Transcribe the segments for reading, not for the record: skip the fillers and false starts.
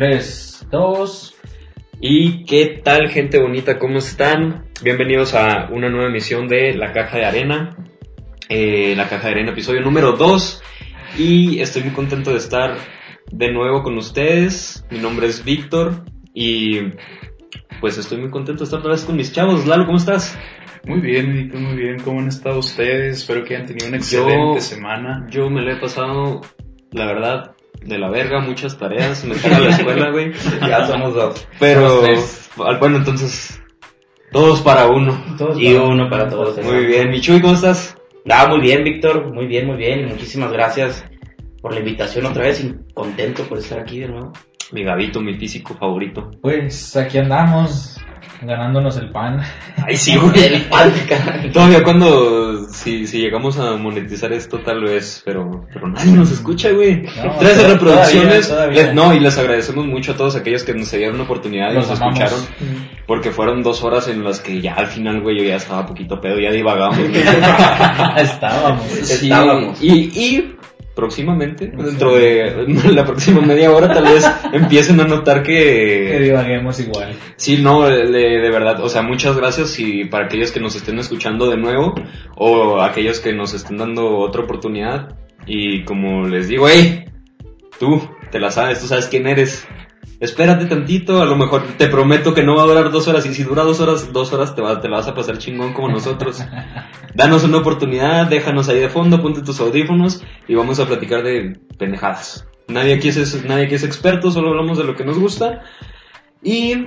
3, 2. ¿Y qué tal, gente bonita? ¿Cómo están? Bienvenidos a una nueva emisión de La Caja de Arena. La Caja de Arena, episodio número 2. Y estoy muy contento de estar de nuevo con ustedes. Mi nombre es Víctor y pues estoy muy contento de estar otra vez con mis chavos. Lalo, ¿cómo estás? Muy bien, Víctor, muy bien. ¿Cómo han estado ustedes? Espero que hayan tenido una excelente semana. Yo me lo he pasado, la verdad, de la verga, muchas tareas. Me fui a la escuela, güey. Ya somos dos. Pero, bueno, entonces, todos para uno. Y uno para todos. Muy bien. Michuy, ¿cómo estás? Muy bien, Víctor. Muy bien. Y muchísimas gracias por la invitación otra vez. Y contento por estar aquí de nuevo. Mi Gabito, mi físico favorito. Pues aquí andamos, ganándonos el pan. Ay, sí, güey. El pan, caray. Todavía cuando, si llegamos a monetizar esto tal vez, pero nadie nos escucha, güey. No, 13 reproducciones. todavía. No, y les agradecemos mucho a todos aquellos que nos dieron una oportunidad y Los nos amamos. escucharon. Porque fueron 2 horas en las que ya al final, güey, yo ya estaba poquito pedo, ya divagábamos. Estábamos. Y próximamente, dentro de la próxima media hora, tal vez empiecen a notar Que que... divaguemos igual. Sí, no, de verdad, o sea, muchas gracias y para aquellos que nos estén escuchando de nuevo o aquellos que nos estén dando otra oportunidad y como les digo, hey, tú te la sabes, tú sabes quién eres. Espérate tantito, a lo mejor te prometo que no va a durar 2 horas y si dura 2 horas te la vas a pasar chingón como nosotros. Danos una oportunidad, déjanos ahí de fondo, ponte tus audífonos y vamos a platicar de pendejadas. Nadie aquí es experto, solo hablamos de lo que nos gusta. Y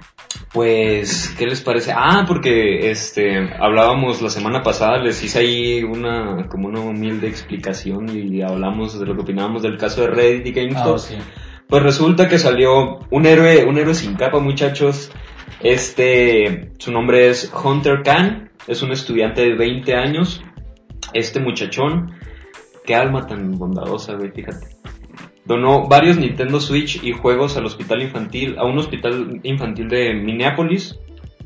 pues, ¿qué les parece? Porque hablábamos la semana pasada, les hice ahí una humilde explicación y hablamos de lo que opinábamos del caso de Reddit y GameStop. Sí. Pues resulta que salió un héroe sin capa, muchachos. Su nombre es Hunter Khan, es un estudiante de 20 años. Este muchachón, qué alma tan bondadosa, güey, fíjate. Donó varios Nintendo Switch y juegos a un hospital infantil de Minneapolis.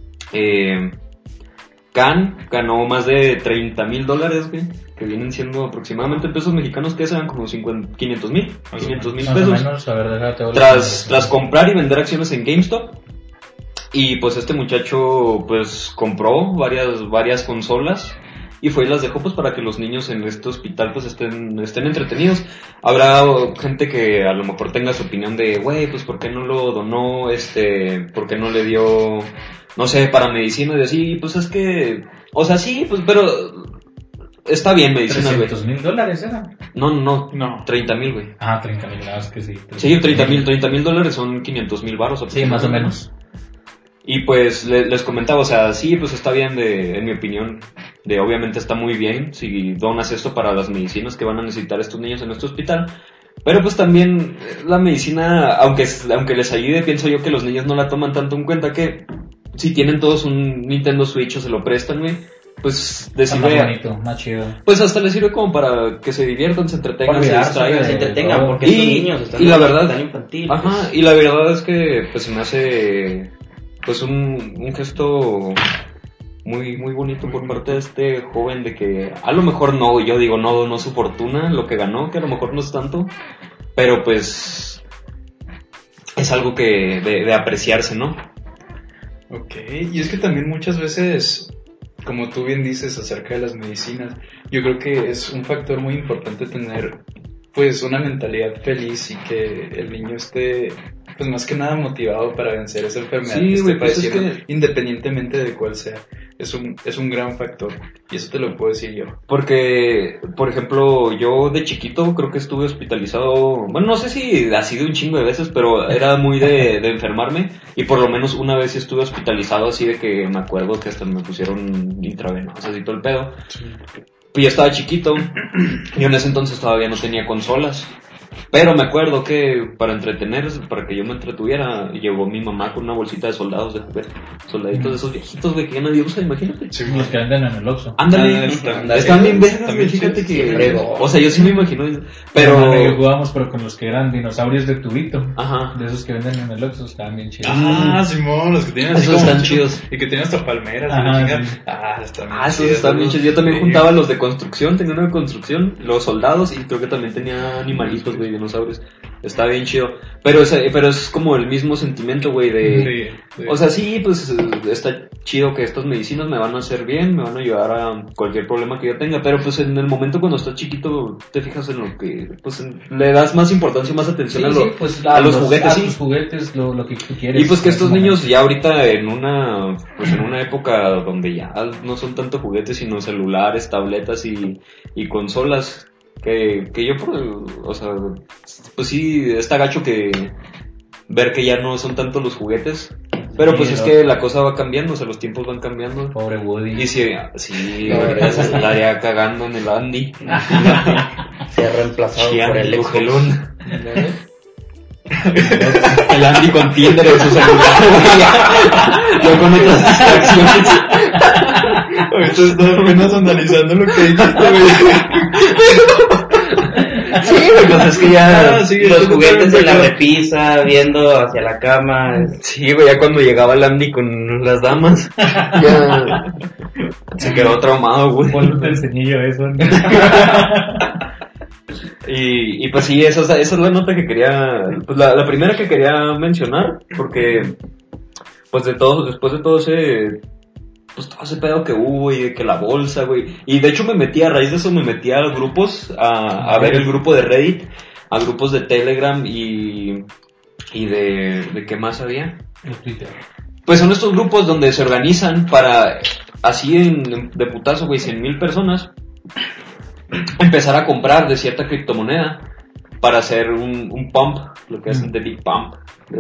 Khan ganó más de $30,000, güey, que vienen siendo aproximadamente en pesos mexicanos, que serán como 500,000 pesos. Más o menos, a ver, déjate Tras comprar y vender acciones en GameStop. Y pues este muchacho pues compró varias consolas y fue y las dejó pues para que los niños en este hospital pues estén entretenidos. Habrá gente que a lo mejor tenga su opinión de, güey, pues ¿por qué no lo donó? ¿Por qué no le dio, no sé, para medicina? Y así, pues es que, o sea, sí, pues, pero está bien medicina, güey. $300,000 eran. No. 30,000, güey. 30,000, es que sí. Sí, $30,000 son 500,000 varos. Sí, más o menos. Y pues les comentaba, o sea, sí, pues está bien en mi opinión, obviamente está muy bien si donas esto para las medicinas que van a necesitar estos niños en este hospital, pero pues también la medicina, aunque les ayude, pienso yo que los niños no la toman tanto en cuenta, que si tienen todos un Nintendo Switch o se lo prestan, güey, pues les Está más sirve, bonito, más chido. pues hasta les sirve como para que se diviertan, se entretengan, se distraigan, Se entretengan, porque Y- estos niños están y la verdad- tan infantiles. Ajá, y la verdad es que pues se me hace pues un gesto muy muy bonito por parte de este joven, de que a lo mejor no donó su fortuna, lo que ganó, que a lo mejor no es tanto, pero pues es algo que de apreciarse, ¿no? Ok, y es que también muchas veces, como tú bien dices acerca de las medicinas, yo creo que es un factor muy importante tener pues una mentalidad feliz y que el niño esté pues más que nada motivado para vencer esa enfermedad Sí, que esté güey, pues es padeciendo, independientemente de cuál sea. Es un gran factor y eso te lo puedo decir yo. Porque, por ejemplo, yo de chiquito creo que estuve hospitalizado, bueno, no sé si ha sido un chingo de veces, pero era muy de enfermarme y por lo menos una vez sí estuve hospitalizado, así de que me acuerdo que hasta me pusieron intravenosa y todo el pedo. Pues yo estaba chiquito, yo en ese entonces todavía no tenía consolas. Pero me acuerdo que para que yo me entretuviera, llegó mi mamá con una bolsita de soldados de juguete. Soldaditos de esos viejitos, güey, que ya nadie usa, imagínate. Sí, Los que venden en el Oxxo. Ándale, están bien vergas, güey, También fíjate chidos. que... O sea, yo sí me imagino, Que pero... jugábamos, pero con los que eran dinosaurios de tubito. Ajá. De esos que venden en el Oxxo, estaban bien chidos. Simón, los que tienen así Esos como están chidos. y que tienen hasta palmeras. Ajá, y la chingada. sí. Están bien Esos chidos, están bien ¿no? chidos. Yo también Sí. juntaba los de construcción, tenía uno de construcción, los soldados y creo que también tenía animalitos, güey. y dinosaurios. Está bien chido. Pero es como el mismo sentimiento, güey, de... Sí. O sea, sí, pues está chido que estas medicinas me van a hacer bien, me van a ayudar a cualquier problema que yo tenga, pero pues en el momento cuando estás chiquito te fijas en lo que... Pues le das más importancia, más atención a los juguetes, a sí. tus juguetes, lo que tú quieres. Y pues que estos niños ya ahorita en una época donde ya no son tanto juguetes, sino celulares, tabletas y consolas... Que yo, o sea, pues sí, está gacho que ver que ya no son tanto los juguetes, pero pues es que la cosa va cambiando, o sea, los tiempos van cambiando. Pobre Woody. Y sí, ahorita se estaría cagando en el Andy. Se ha reemplazado por el Xbox. Gelón. El Andy con Tinder en su celular, yo con otras distracciones. Ahorita estoy apenas analizando lo que dijiste, güey. Sí, pues es que ya sí, los juguetes en la repisa, viendo hacia la cama. Sí, güey, ya cuando llegaba el Andy con las damas, ya se quedó traumado, güey. Ponte el cenillo eso. Y pues sí, esa es la nota que quería, pues la primera que quería mencionar, porque pues después de todo ese pedo que hubo y de que la bolsa, güey, y de hecho a raíz de eso me metí a grupos, a ver el grupo de Reddit, a grupos de Telegram y de ¿qué más había? El Twitter. Pues son estos grupos donde se organizan para, así de putazo, güey, 100,000 personas, empezar a comprar de cierta criptomoneda para hacer un pump, lo que hacen de big pump,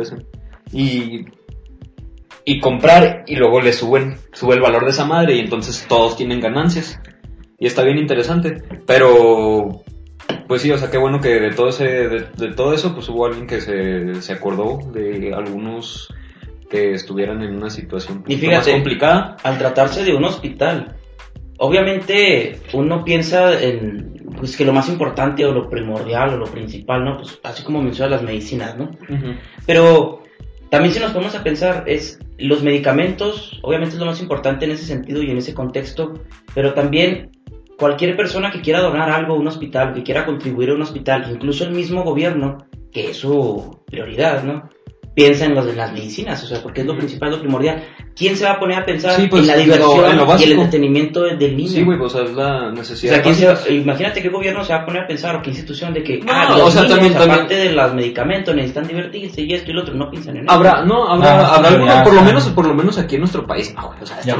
y comprar, y luego le sube el valor de esa madre, y entonces todos tienen ganancias, y está bien interesante, pero pues sí, o sea, qué bueno que de todo eso pues hubo alguien que se acordó de algunos que estuvieran en una situación y fíjate, más complicada. Al tratarse de un hospital, obviamente uno piensa en pues que lo más importante o lo primordial o lo principal, ¿no? Pues así como mencionas las medicinas, ¿no? Uh-huh. Pero también si nos ponemos a pensar, los medicamentos, obviamente es lo más importante en ese sentido y en ese contexto, pero también cualquier persona que quiera donar algo a un hospital, que quiera contribuir a un hospital, incluso el mismo gobierno, que es su prioridad, ¿no? Piensa en las medicinas, o sea, porque es lo principal, lo primordial. ¿Quién se va a poner a pensar pues, en la diversión en lo y el entretenimiento del niño? Sí, güey, pues es la necesidad. O sea, imagínate qué gobierno se va a poner a pensar o qué institución de que los o sea, niños, aparte de los medicamentos necesitan divertirse y esto y lo otro, no piensan en eso. Habrá algunos, por lo menos aquí en nuestro país, no, güey, o sea,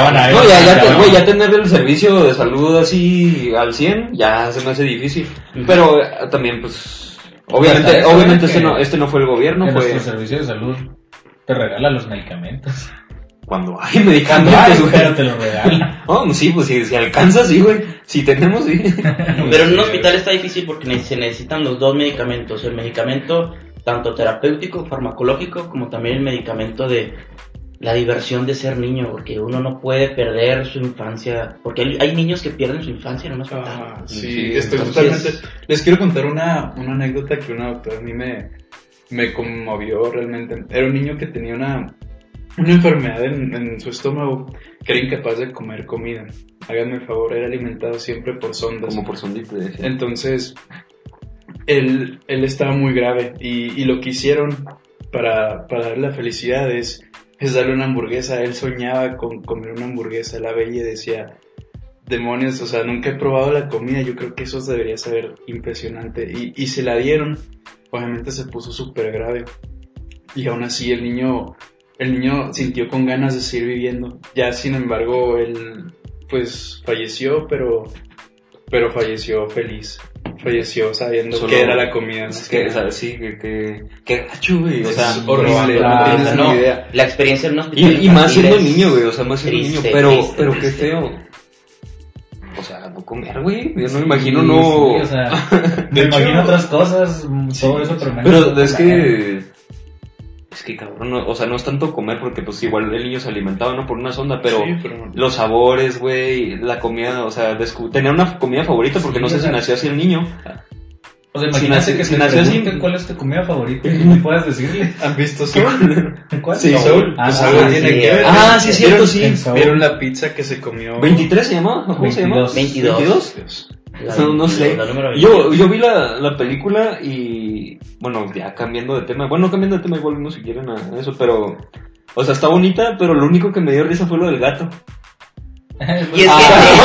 ya tener el servicio de salud así al 100 ya se me hace difícil, pero también pues obviamente este no fue el gobierno, fue fue nuestro servicio de salud te regala los medicamentos. Cuando hay medicamentos, güey. Pero te lo regala. Oh, sí, pues si alcanza, sí, güey. Si tenemos, sí. Pero en un hospital está difícil porque se necesitan los dos medicamentos. El medicamento tanto terapéutico, farmacológico, como también el medicamento de la diversión de ser niño, porque uno no puede perder su infancia, porque hay niños que pierden su infancia en un hospital. Sí, estoy totalmente... Les quiero contar una anécdota que una doctora a mí me conmovió realmente. Era un niño que tenía una enfermedad en su estómago, que era incapaz de comer comida. Háganme el favor, era alimentado siempre por sondas. Como por sondita. Entonces, él estaba muy grave y lo que hicieron para darle la felicidad es darle una hamburguesa. Él soñaba con comer una hamburguesa, la veía y decía, demonios, o sea, nunca he probado la comida, yo creo que eso debería ser impresionante. Y se la dieron, obviamente se puso súper grave. Y aún así el niño sintió con ganas de seguir viviendo. Ya, sin embargo, él pues falleció, pero falleció feliz. Falleció sabiendo que era la comida. Es que, ¿sabes? Sí, que gacho, güey. O sea, es horrible, no tienes ni idea. La experiencia en un hospital. Y más siendo niño, güey. O sea, más siendo niño. Pero triste. qué feo. O sea, no comer, güey. Yo no me imagino, Sí, no. o sea, me imagino otras cosas, todo eso, pero es que cabrón, o sea, no es tanto comer porque pues igual el niño se alimentaba, ¿no? Por una sonda, pero los sabores, güey, la comida, o sea, tenía una comida favorita porque no sé si nació así el niño. O sea, imagínate que se nació pregunten así, cuál es tu comida favorita y tú puedes decirle. ¿Han visto Soul? ¿Cuál? Sí, Soul. Pues algo tiene que ver. Sí, es cierto, sí. ¿Vieron la pizza que se comió? 23 se llamaba, ¿cómo se llama? 22. No sé. La número 20. Yo vi la película y, bueno, ya cambiando de tema. Bueno, no cambiando de tema, igual volvemos si quieren a eso, pero, o sea, está bonita, pero lo único que me dio risa fue lo del gato. Y es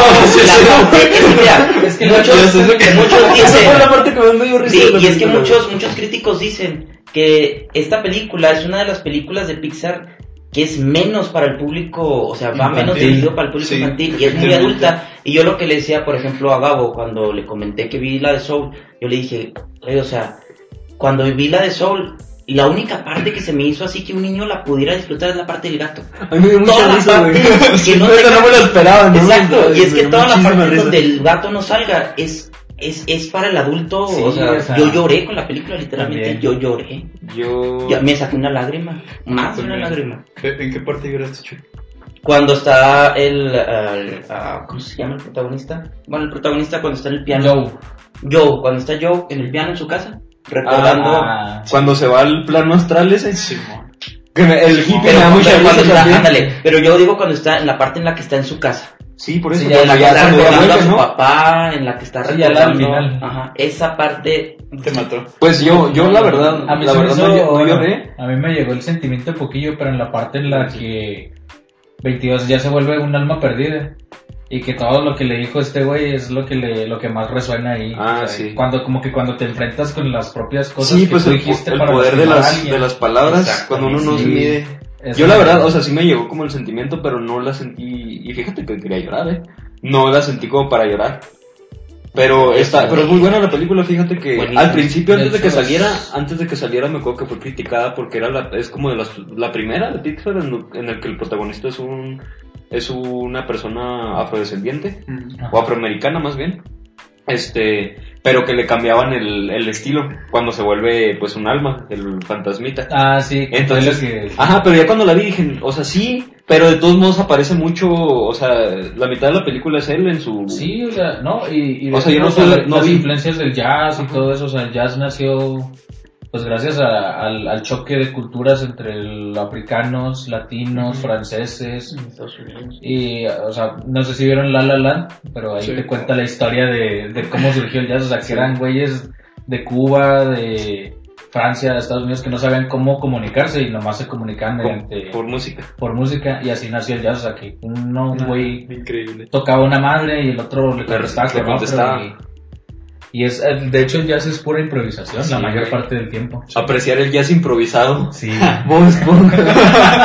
que muchos dicen, la parte que más me dio risa sí, de la y es que película. muchos críticos dicen que esta película es una de las películas de Pixar que es menos para el público, o sea, va Infantil. menos dirigido para el público Sí, infantil y es muy efectivamente. adulta. Y yo lo que le decía, por ejemplo, a Gabo cuando le comenté que vi la de Soul, yo le dije, o sea, cuando vi la de Soul, la única parte que se me hizo así que un niño la pudiera disfrutar es la parte del gato. A mí me dio mucha Toda la risa, güey. parte que no Neta, tenga- no me lo esperaba, ¿no? Exacto, y es que Me dio toda la muchísima parte risa. donde el gato no salga es para el adulto, Sí, o sea, o sea, yo lloré con la película, literalmente, también. yo lloré. Yo... Ya me saqué una lágrima, más de una También. lágrima. ¿En qué parte lloraste, Chuy? Cuando está ¿cómo se llama el protagonista? Bueno, el protagonista cuando está en el piano. Cuando está Joe en el piano en su casa, recordando... Cuando se va al plano astral ese. Simón. Que el hippie Pero me da mucha cuando risa está- también. ándale, pero yo digo cuando está en la parte en la que está en su casa. Sí, por eso. Sí, En la que está cuando ya recordando a vuelve, su ¿no? papá, en la que está Sí, ya al recordando... final. Ajá, esa parte... Te mató. Pues yo la verdad, A mí, la se me verdad hizo- no bueno, lloré. a mí me llegó el sentimiento un poquillo, pero en la parte en la que 22 ya se vuelve un alma perdida y que todo lo que le dijo este güey es lo que más resuena ahí. Ah, sí. Cuando te enfrentas con las propias cosas Sí, que pues tú el dijiste poder para de lastimar a las, alguien. de las palabras, Exacto, cuando uno no sí. se mide. Es Yo la una- verdad, o sea, sí me llegó como el sentimiento, pero no la sentí, y fíjate que quería llorar, no la sentí como para llorar. Pero es muy buena la película, fíjate que Buenísimo. al principio, antes de que De hecho, saliera me acuerdo que fue criticada porque es como de la primera de Pixar en el que el protagonista es una persona afrodescendiente, o afroamericana más bien, pero que le cambiaban el estilo cuando se vuelve pues un alma, el fantasmita. Ah, sí. que Entonces, fue lo que- ajá, pero ya cuando la vi dije, o sea, sí, pero de todos modos aparece mucho, o sea, la mitad de la película es él en su... Sí, o sea, no, y de O sea, yo no hecho, sé, no las vi. influencias del jazz y todo eso, o sea, el jazz nació pues gracias al choque de culturas entre africanos, latinos, franceses, en Estados Unidos. y, o sea, no sé si vieron La La Land, pero ahí Sí. te cuenta la historia de cómo surgió el jazz, o sea, que eran güeyes de Cuba, de Francia, de Estados Unidos, que no sabían cómo comunicarse y nomás se comunicaban mediante... por música. por música, y así nació el jazz, o sea, que un güey Increíble. tocaba una madre y el otro le contestaba Le con otro, contestaba. y es, de hecho el jazz es pura improvisación Sí, la mayor güey. parte del tiempo. Apreciar el jazz improvisado. Sí. Bob Esponja.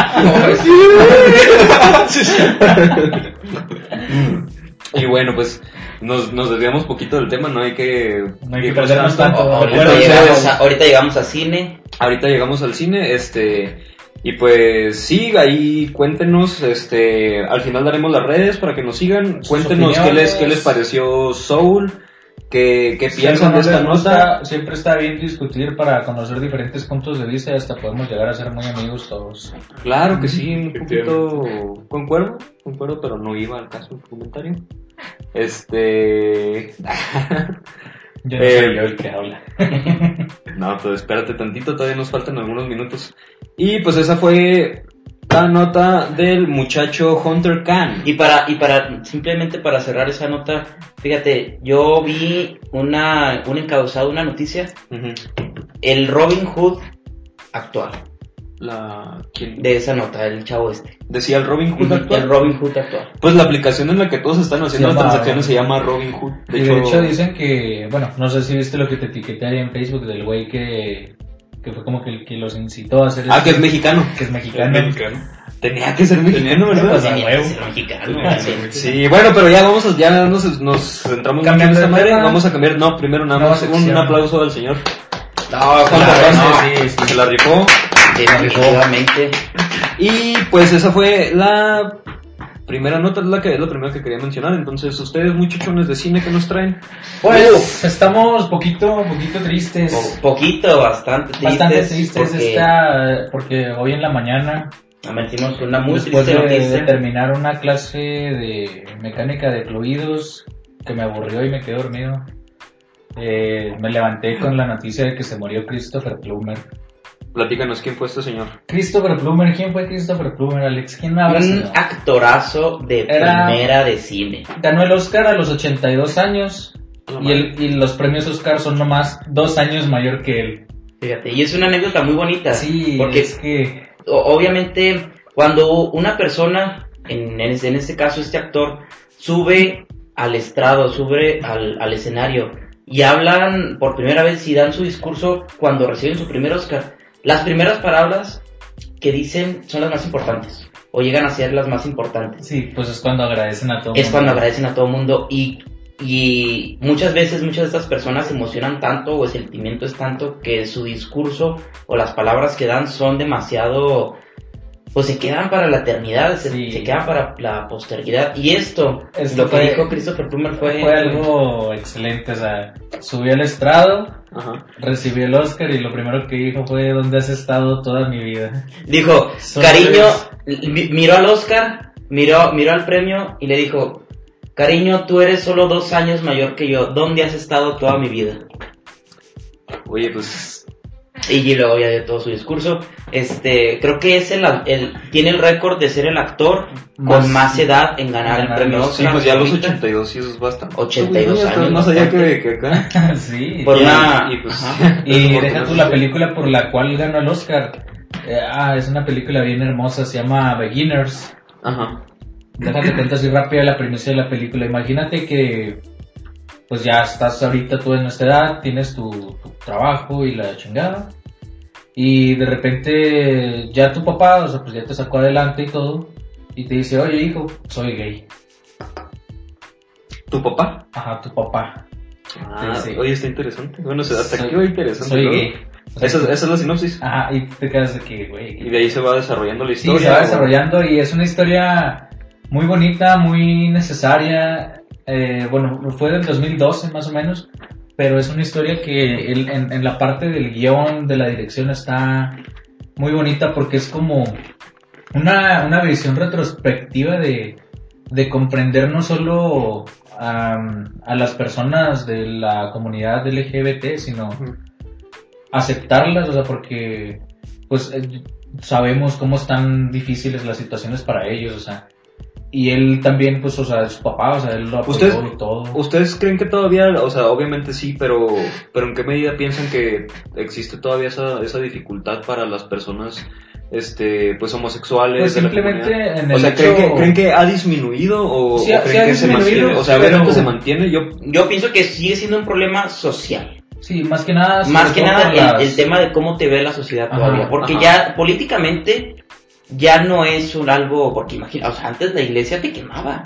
Y bueno, pues nos desviamos poquito del tema, no hay que... No hay que perdernos tanto. Entonces, Ahorita llegamos a cine. ahorita llegamos al cine, y pues sí, ahí cuéntenos, al final daremos las redes para que nos sigan, Sus cuéntenos opiniones. qué les pareció Soul, qué Si piensan algo de no esta les gusta, nota. siempre está bien discutir para conocer diferentes puntos de vista y hasta podemos llegar a ser muy amigos todos. Claro que sí, un Efectivamente. poquito concuerdo, pero no iba al caso del comentario. Yo no soy yo el que habla. No, pues espérate tantito, todavía nos faltan algunos minutos. Y pues esa fue la nota del muchacho Hunter Khan. Y para simplemente para cerrar esa nota, fíjate, yo vi un encabezado, una noticia, Ujú. el Robin Hood actual ¿Quién? de esa nota, el chavo Decía el Robin Hood actual. el Robin Hood actual. Pues la aplicación en la que todos están haciendo Se las llama transacciones se Robin llama Robin Hood. Y de hecho dicen que, bueno, no sé si viste lo que te etiqueté ahí en Facebook del güey que fue como que el que los incitó a hacer eso. que es mexicano. Que es El mexicano. mexicano. Tenía que ser mexicano, ¿verdad? Pues, a Tenía huevo. que ser mexicano, Sí, bueno, pero ya nos centramos mucho en Cambiando esta de madre. tema. Vamos a cambiar, no, primero nada Nueva más un sección. aplauso al señor. No, Hunter claro, Khan, no, sí, se la rifó. definitivamente. Y pues esa fue la primera nota, es la primera que quería mencionar. Entonces, ustedes, muchachones de cine, ¿qué nos traen? Pues estamos poquito tristes. Poquito, bastante tristes. Bastante tristes porque porque hoy en la mañana, amanecimos con una muy después triste de noticia. terminar una clase de mecánica de fluidos que me aburrió y me quedé dormido, me levanté con la noticia de que se murió Christopher Plummer. Platícanos, ¿quién fue este señor? Christopher Plummer, ¿quién fue Christopher Plummer, Alex? ¿Quién habrá Un sido? actorazo de Era- primera de cine. Ganó el Oscar a los 82 años Y los premios Oscar son nomás 2 años mayor que él. Fíjate, y es una anécdota muy bonita. Sí, porque es que... obviamente cuando una persona, en este caso este actor, sube al estrado, sube al escenario y hablan por primera vez y dan su discurso cuando reciben su primer Oscar, las primeras palabras que dicen son las más importantes o llegan a ser las más importantes. Sí, pues es cuando agradecen a todo Es cuando agradecen a todo el mundo y muchas veces muchas de estas personas se emocionan tanto o el sentimiento es tanto que su discurso o las palabras que dan son demasiado, pues se quedan para la eternidad, se quedan para la posteridad. Y esto lo que dijo Christopher Plummer fue algo excelente. O sea, subió al estrado, Ajá. recibió el Oscar y lo primero que dijo fue: ¿dónde has estado toda mi vida? Dijo, cariño, miró al Oscar, miró al premio y le dijo: cariño, tú eres solo 2 años mayor que yo, ¿dónde has estado toda mi vida? Oye, pues... Y luego ya dio todo su discurso. Creo que es tiene el récord de ser el actor con más edad en ganar el premio Oscar. Sí, pues ya los 82, sí, eso es bastante. 82 años. Más allá que acá. Sí. Por una... Y deja tú la película por la cual ganó el Oscar. Es una película bien hermosa, se llama Beginners. Ajá. Déjate cuenta así rápida la premisa de la película. Imagínate que pues ya estás ahorita tú en esta edad, tienes tu trabajo y la chingada, y de repente ya tu papá, o sea, pues ya te sacó adelante y todo, y te dice: oye hijo, soy gay. ¿Tu papá? Ajá, tu papá. Sí. Oye, está interesante. Bueno, hasta aquí va interesante. Soy ¿no? gay. O sea, esa es la sinopsis. Ajá, y te quedas de que, güey. Y de ahí se va desarrollando la historia. Sí, se va desarrollando y es una historia muy bonita, muy necesaria. Bueno, fue del 2012 más o menos, pero es una historia que en la parte del guión, de la dirección, está muy bonita porque es como una visión retrospectiva de comprender no solo a las personas de la comunidad LGBT, sino aceptarlas, o sea, porque pues sabemos cómo están difíciles las situaciones para ellos, o sea. Y él también, pues, o sea, es su papá, o sea, él lo apoyó y todo. ¿Ustedes creen que todavía, o sea, obviamente sí, pero en qué medida piensan que existe todavía esa dificultad para las personas, pues, homosexuales? Pues simplemente en el o sea, hecho... ¿creen que ha disminuido o sí, creen que se mantiene? O sea, ¿ven que se mantiene? Yo pienso que sigue siendo un problema social. Sí, más que nada... Más que nada el tema de cómo te ve la sociedad todavía. Porque ya políticamente... ya no es algo, porque imagina, o sea, antes la iglesia te quemaba.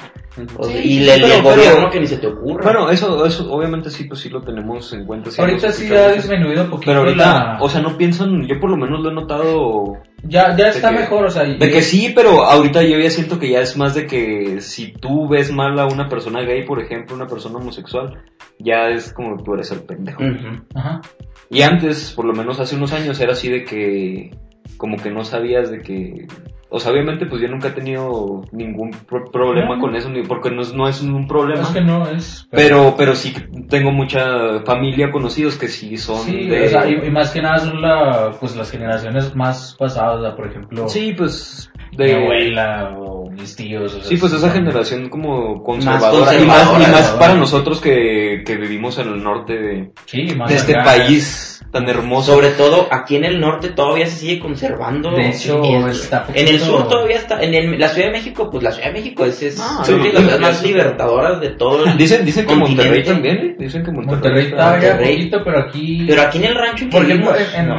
Y el gobierno que ni se te ocurra. Bueno, eso obviamente sí, pues sí lo tenemos en cuenta. Ahorita sí ha disminuido un poquito. Pero ahorita, o sea, no piensan, yo por lo menos lo he notado. Ya está mejor, o sea. De que sí, pero ahorita yo ya siento que ya es más de que si tú ves mal a una persona gay, por ejemplo, una persona homosexual, ya es como tú eres el pendejo. Ajá. Y antes, por lo menos hace unos años, era así de que como que no sabías de que... O sea, obviamente pues yo nunca he tenido ningún problema con eso, porque no es un problema. Es que no es... Pero sí tengo mucha familia, conocidos que sí son de... O sea, y más que nada son las generaciones más pasadas, o sea, por ejemplo... Sí, pues... mi abuela o mis tíos. O sea, sí, pues esa generación como conservadora. Y más para nosotros que vivimos en el norte de este país tan hermoso. Sobre todo aquí en el norte todavía se sigue conservando. De hecho, está en el sur todavía está. La Ciudad de México, pues la Ciudad de México son las más libertadoras de todo el Dicen que Monterrey también, ¿eh? Dicen que Monterrey está ya poquito, pero aquí en el rancho, por ejemplo,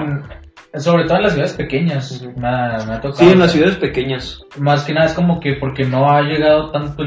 sobre todo en las ciudades pequeñas, me ha tocado. Sí, en las ciudades pequeñas. Más que nada es como que porque no ha llegado tanto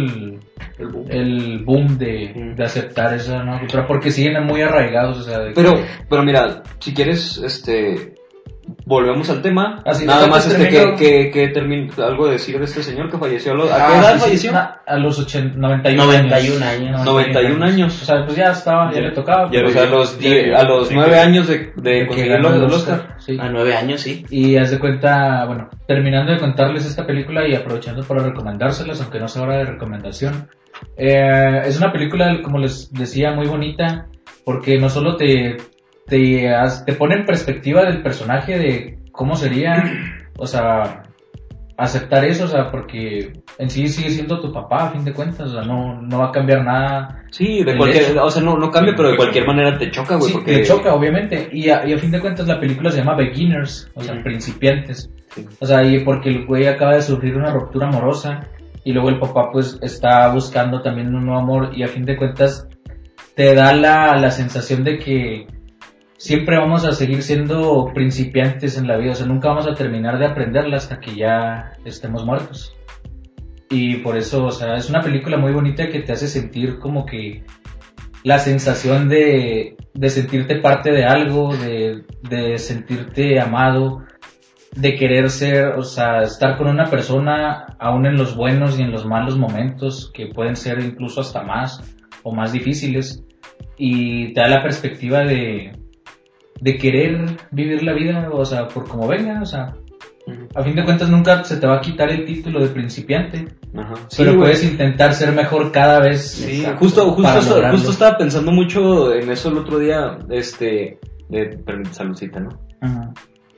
el boom de aceptar esa nueva cultura, porque siguen muy arraigados, o sea. Pero mira, si quieres, volvemos al tema. Nada más que termine algo de decir de este señor que falleció. ¿A qué edad falleció? A los 91 años. 91 años. O sea, pues ya estaba, ya le tocaba. O sea, a los 9 años de conseguir el Oscar. Sí. A 9 años, sí. Y haz de cuenta, bueno, terminando de contarles esta película y aprovechando para recomendárselas, aunque no sea hora de recomendación. Es una película, como les decía, muy bonita, porque no solo te pone en perspectiva del personaje de cómo sería, o sea, aceptar eso, o sea, porque en sí sigue siendo tu papá, a fin de cuentas, o sea, no va a cambiar nada. Sí, de cualquier, o sea, no cambia, pero de cualquier manera te choca, güey. Sí, porque te choca, obviamente, y a fin de cuentas la película se llama Beginners, o sea, principiantes. Sí. O sea, y porque el güey acaba de sufrir una ruptura amorosa y luego el papá pues está buscando también un nuevo amor y a fin de cuentas te da la sensación de que siempre vamos a seguir siendo principiantes en la vida, o sea, nunca vamos a terminar de aprenderla hasta que ya estemos muertos. Y por eso, o sea, es una película muy bonita que te hace sentir como que la sensación de sentirte parte de algo, de sentirte amado, de querer ser, o sea, estar con una persona aún en los buenos y en los malos momentos, que pueden ser incluso hasta más o más difíciles, y te da la perspectiva de querer vivir la vida, o sea, por como venga, o sea, a fin de cuentas nunca se te va a quitar el título de principiante, Ajá. Sí, pero güey. puedes intentar ser mejor cada vez. Sí, Exacto. justo estaba pensando mucho en eso el otro día, saludcita, ¿no? Ajá.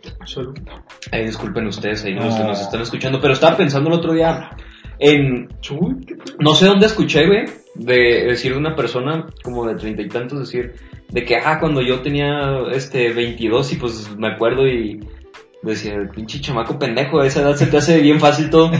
Disculpen ustedes ahí No. los que nos están escuchando, pero estaba pensando el otro día en, no sé dónde escuché, güey, de decir de una persona como de 30 y tantos, decir, de que, cuando yo tenía, 22 y pues me acuerdo y decía, pinche chamaco pendejo, a esa edad se te hace bien fácil todo.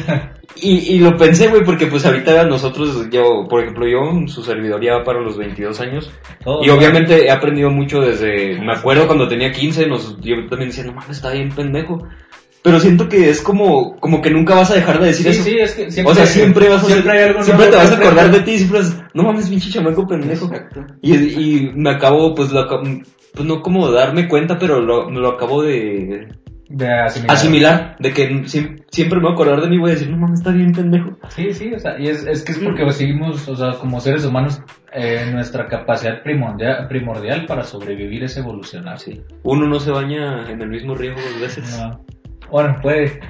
Y lo pensé, güey, porque pues ahorita nosotros, por ejemplo, su servidor ya va para los 22 años. Todo, Y obviamente he aprendido mucho desde, me acuerdo cuando tenía 15, yo también decía, no mames, está bien pendejo. Pero siento que es como que nunca vas a dejar de decir Sí, eso. sí, es que siempre, O sea, siempre vas a siempre hay algo siempre nuevo te vas a que acordar aprender. de ti, siempre vas, no mames, pinche chamaco pendejo. Exacto. Y me acabo, pues no como darme cuenta, pero lo acabo de asimilar, de que siempre me voy a acordar de mí, voy a decir, no mames, está bien pendejo. Sí, sí, o sea, y es que es porque seguimos, o sea, como seres humanos, nuestra capacidad primordial para sobrevivir es evolucionar. Sí. Uno no se baña en el mismo río 2 veces. No. Bueno, puede,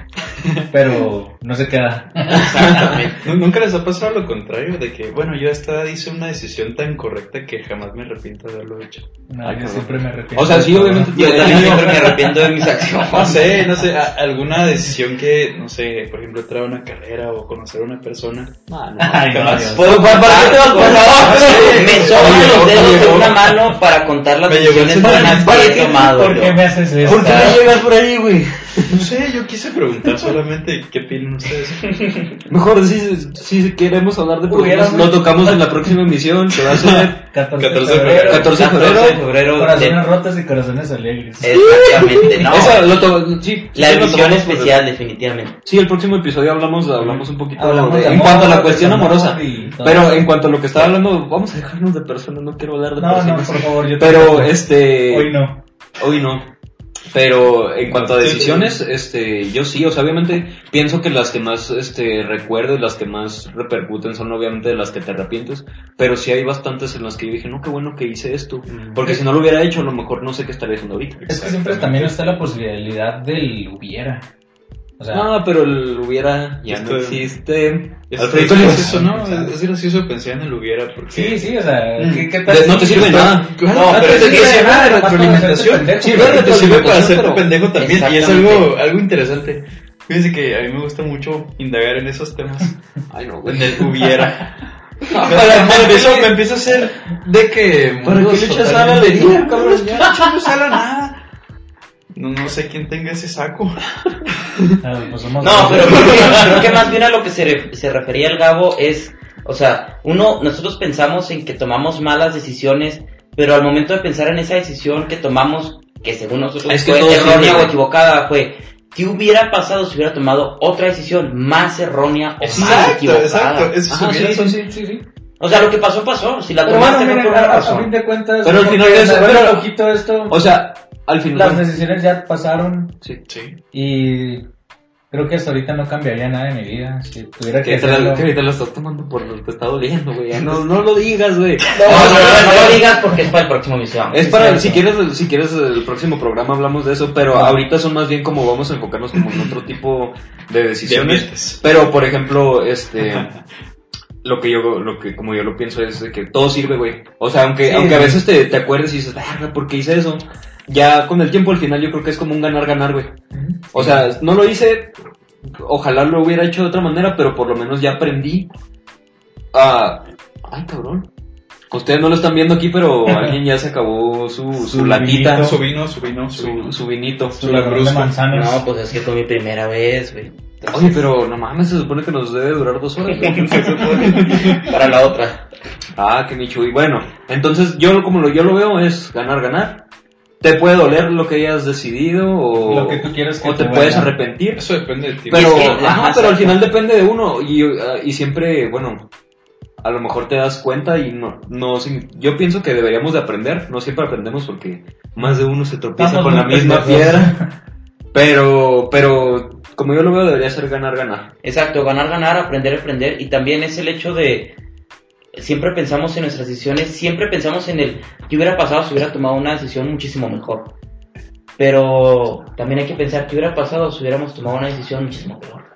pero no se queda. ¿No- ¿Nunca les ha pasado lo contrario? De que, bueno, yo a esta edad hice una decisión tan correcta que jamás me arrepiento de haberlo hecho. No, Ay, yo cabrón. siempre me arrepiento. O sea, sí, de todo. obviamente. Yo también siempre me arrepiento de mis acciones. No sé, alguna decisión que, no sé, por ejemplo, entrar a una carrera o conocer a una persona. Ay, no, Dios. ¿Para qué te vas por favor? Me sobran los dedos de una mano para contar las Me llegó el decisiones buenas que he tomado. ¿Por qué yo. me haces eso? ¿Por qué no llegas por ahí, güey? No sé, yo quise preguntar solamente qué opinan ustedes. Mejor si queremos hablar de problemas, Hubiéramos- lo tocamos en la próxima emisión, que va a ser 14 14 de febrero. 14 de 14 de febrero. febrero. Corazones rotos y corazones alegres. Exactamente, no. Esa, La sí, lo edición tomamos por- especial, definitivamente. Sí, el próximo episodio hablamos un poquito Hablamos de en amor, cuanto a la de cuestión amor amorosa. y todo Pero eso. en cuanto a lo que estaba hablando, vamos a dejarnos de personas, no quiero hablar de No, personas. por favor, yo Pero tampoco. Hoy no. Hoy no. Pero en cuanto a decisiones, yo sí, o sea, obviamente pienso que las que más recuerdo y las que más repercuten son obviamente las que te arrepientes, pero sí hay bastantes en las que yo dije, no, qué bueno que hice esto, porque si no lo hubiera hecho, a lo mejor no sé qué estaría haciendo ahorita. Es que siempre también está la posibilidad del hubiera. O sea, No, pero el hubiera ya no Esto- existe. Es Alfredito gracioso, ¿no? Exacto. Es gracioso pensar en el hubiera porque... sí, sí, o sea, ¿qué tal? No te sirve de nada. Claro, No, no, pero pero es que sirve nada, de nomás para retroalimentación. hacerte pendejo. Sirve de retroalimentación para hacerte pero- pendejo también. Y es Exactamente. algo interesante. Fíjense que a mí me gusta mucho indagar en esos temas. Ay, no, güey. En el hubiera. me empiezo a hacer de que... ¿Para qué le echas sal a la herida, cabrón? Ya no echando sal a nada. No sé quién tenga ese saco. Ah, pues somos No, dos. pero creo que más bien a lo que se refería el Gabo es, o sea, nosotros pensamos en que tomamos malas decisiones, pero al momento de pensar en esa decisión que tomamos, que según nosotros Es que fue todo errónea sirve. o equivocada, fue, ¿qué hubiera pasado si hubiera tomado otra decisión más errónea o más equivocada? Exacto. Eso Ajá, hubiera sí, sido- sí. O sea, lo que pasó, si la Pero tomaste bueno, fue miren, por una a fin razón. de cuentas, Pero al como final que es- me duele pero- un poquito esto. O sea, al final... Las decisiones ya pasaron Sí. Sí. y creo que hasta ahorita no cambiaría nada en mi vida. Si tuviera que Que hacerlo. ahorita lo estás tomando por lo que está doliendo, güey. Ya no lo digas, güey. No lo digas porque es para el próximo misión. Es para, Sí, si quieres el próximo programa hablamos de eso, pero ahorita son más bien como vamos a enfocarnos como en otro tipo de De decisiones. ambientes. Pero, por ejemplo, lo que como yo lo pienso es de que todo sirve, güey. O sea, aunque a veces te acuerdes y dices, ¿por qué hice eso? Ya con el tiempo al final yo creo que es como un ganar-ganar, güey. O sea, no lo hice, ojalá lo hubiera hecho de otra manera, pero por lo menos ya aprendí a... Ay, cabrón. Ustedes no lo están viendo aquí, pero alguien ya se acabó su latita. Su vino. Su vinito. Su ladrón de manzanas. No, pues es que fue mi primera vez, güey. Oye, pero no mames, se supone que nos debe durar 2 horas. Se supone. Para la otra. Ah, qué nicho. Y bueno, entonces yo lo veo es ganar. Te puede doler lo que hayas decidido o lo que tú quieras que o te te puedes vaya. arrepentir. Eso depende de ti. Pero, Y es que, pero al final depende de uno y siempre, bueno, a lo mejor te das cuenta y no, yo pienso que deberíamos de aprender, no siempre aprendemos porque más de uno se tropieza Estamos con la muy misma pendejos. piedra, pero como yo lo veo debería ser ganar. Exacto, ganar, aprender y también es el hecho de siempre pensamos en nuestras decisiones, siempre pensamos en el qué hubiera pasado si hubiera tomado una decisión muchísimo mejor, pero también hay que pensar qué hubiera pasado si hubiéramos tomado una decisión muchísimo peor.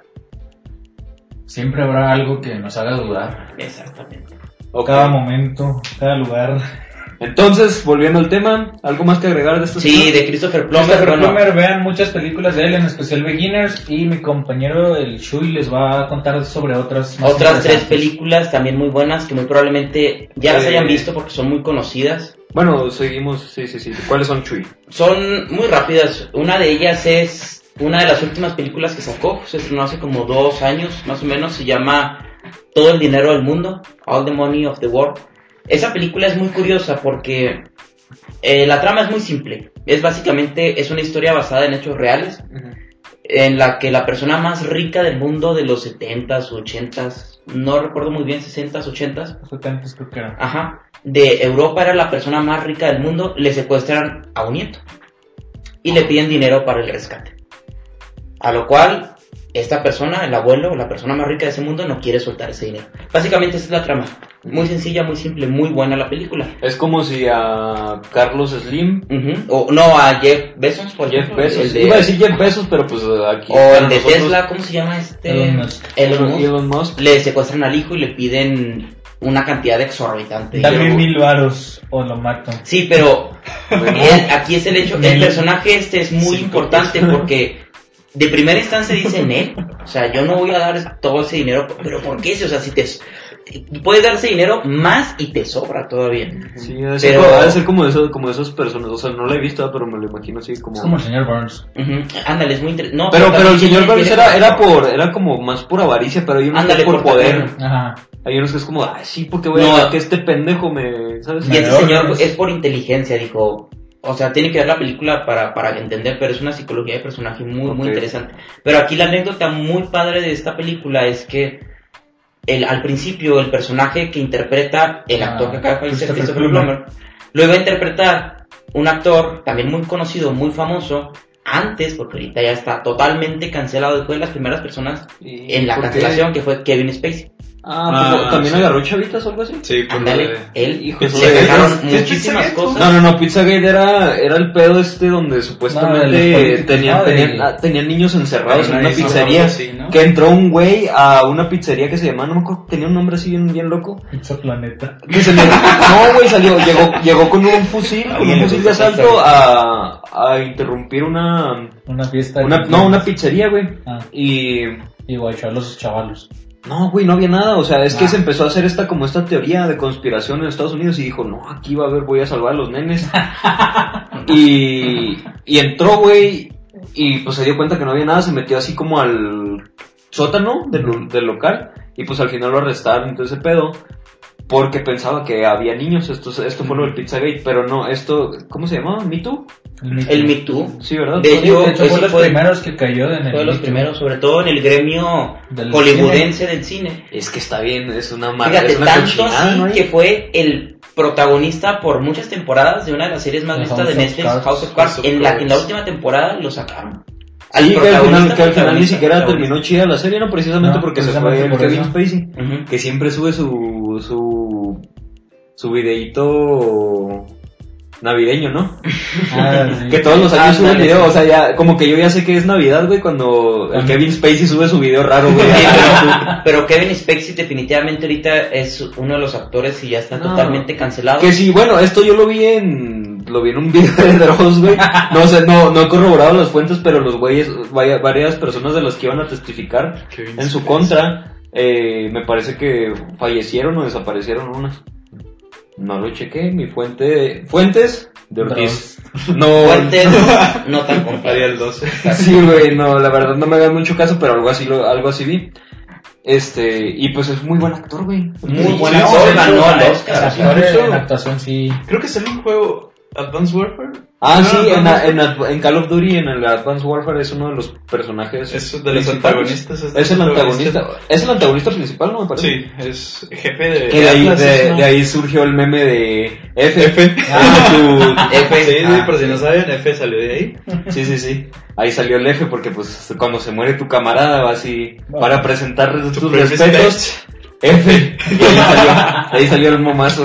Siempre habrá algo que nos haga dudar. Exactamente. Ok. Cada momento, cada lugar. Entonces, volviendo al tema, ¿algo más que agregar de esto? Sí, de Christopher Plummer. Christopher bueno, Plummer, vean muchas películas de él, en especial Beginners, y mi compañero el Shui les va a contar sobre otras más otras 3 interesantes. películas también muy buenas que muy probablemente ya las hayan visto porque son muy conocidas. Bueno, seguimos, sí. ¿Cuáles son, Chuy? Son muy rápidas. Una de ellas es una de las últimas películas que sacó. Se estrenó hace como 2 años, más o menos. Se llama Todo el dinero del mundo, All the Money of the World. Esa película es muy curiosa porque la trama es muy simple. Es una historia basada en hechos reales, en la que la persona más rica del mundo de los 70s, 80s, no recuerdo muy bien, 60s, 80s, Creo que era. ajá, de Europa, era la persona más rica del mundo, le secuestran a un nieto y le piden dinero para el rescate. A lo cual, esta persona, el abuelo, la persona más rica de ese mundo, no quiere soltar ese dinero. Básicamente esa es la trama. Muy sencilla, muy simple, muy buena la película. Es como si a Carlos Slim, O no, a Jeff Bezos, por Jeff ejemplo, Bezos, el de- iba a decir Jeff Bezos, pero pues aquí... o el para de nosotros, Tesla, ¿cómo se llama este? Elon Musk. Elon Musk. Musk. Le secuestran al hijo y le piden una cantidad exorbitante. Dame Yo- 1000 varos o lo mato. Sí, pero aquí es el hecho, el personaje es muy importante porque de primera instancia dicen él, o sea, yo no voy a dar todo ese dinero, pero ¿por qué? O sea, si te puedes dar ese dinero más y te sobra todavía. Sí, Pero- ha de ser como esas personas, o sea, no la he visto, pero me lo imagino así como... Es como el señor Burns. Ándale, es muy interesante. No, Pero el también señor tiene- Burns era como más por avaricia, pero hay unos que Ándale, es por por poder. Ajá. Hay unos que es como, sí, porque voy No. a que este pendejo me... ¿Sabes? Y este Burns. señor es por inteligencia, dijo. O sea, tiene que ver la película para entender, pero es una psicología de personaje muy Ok. interesante. Pero aquí la anécdota muy padre de esta película es que al principio el personaje que interpreta el actor que acaba de fallecer, Christopher Christopher Plummer. Plummer, lo iba a interpretar un actor también muy conocido, muy famoso, antes, porque ahorita ya está totalmente cancelado, fue de las primeras personas en la ¿Por qué? cancelación, que fue Kevin Spacey. ¿También sí. agarró chavitas o algo así? Sí, por Ándale, lo de... él Hijo le de- sacaron ¿Es muchísimas Pizzagate? cosas. No, Pizzagate era el pedo donde No, de supuestamente los políticos, tenían niños encerrados en una Nice, pizzería. algo así, ¿no? Que entró un güey a una pizzería que se llamaba, no me acuerdo, tenía un nombre así bien loco. Pizza Planeta. Que se le- no, güey, llegó con un fusil, de asalto a interrumpir una Una fiesta. una pizzería, güey. Ah, Y y guachó a los chavalos. no, güey, no había nada, o sea, es que se empezó a hacer esta teoría de conspiración en Estados Unidos y dijo, no, aquí va a haber, voy a salvar a los nenes. y entró, güey, y pues se dio cuenta que no había nada, se metió así como al sótano del local y pues al final lo arrestaron y todo ese pedo. Porque pensaba que había niños, esto fue lo del Pizzagate, pero no, ¿cómo se llamaba? ¿Me Too? El Me Too. Sí, ¿verdad? De hecho, De hecho, ese fue los fue- primeros que cayó en el. Fue de los Me Too. primeros, sobre todo en el gremio Del hollywoodense del cine. Es que está bien, es una marca, Fíjate, es una tanto cochinada, así ¿no? que fue el protagonista por muchas temporadas de una de las series más The vistas de House of Netflix, Cards. House of Cards, House of en la que en la Cards. última temporada lo sacaron. Sí, que al final ni protagonista, siquiera terminó chida la serie, no precisamente No, porque se precisamente fue el por Kevin eso. Spacey, Ujú. que siempre sube su videíto navideño, ¿no? Ah, sí. Que todos los años sube el Ándale, video, sí. o sea, ya, como que yo ya sé que es Navidad, güey, cuando el Ajá. Kevin Spacey sube su video raro, güey. Sí, pero Kevin Spacey definitivamente ahorita es uno de los actores y ya está No. totalmente cancelado. Que sí, bueno, esto yo lo vi lo vi en un video de Dross, güey. No sé, no he corroborado las fuentes, pero los güeyes, varias personas de las que iban a testificar en su contra, me parece que fallecieron o desaparecieron unas. No lo chequé, mi fuentes de Ortiz. No, fuentes no tan Haría el 12. Sí, güey, no, la verdad no me hagan mucho caso, pero algo así vi. Y pues es muy buen actor, güey. Muy buen Sí, actor, sí, ganó sí, al sí, Oscar. sí, En actuación sí. Creo que salió un juego Advanced Warfare. Sí, en Call of Duty, en el Advanced Warfare es uno de los personajes. Es de los principales. antagonistas. Es el antagonista. Es el antagonista principal, ¿no? Me parece. Sí, es jefe de. Que Atlas, de ahí surgió el meme de F. F. F. Sí, por si no saben, F salió de ahí. Sí. Ahí salió el F porque pues cuando se muere tu camarada va así para presentar tus respetos. F. Y ahí salió el momazo.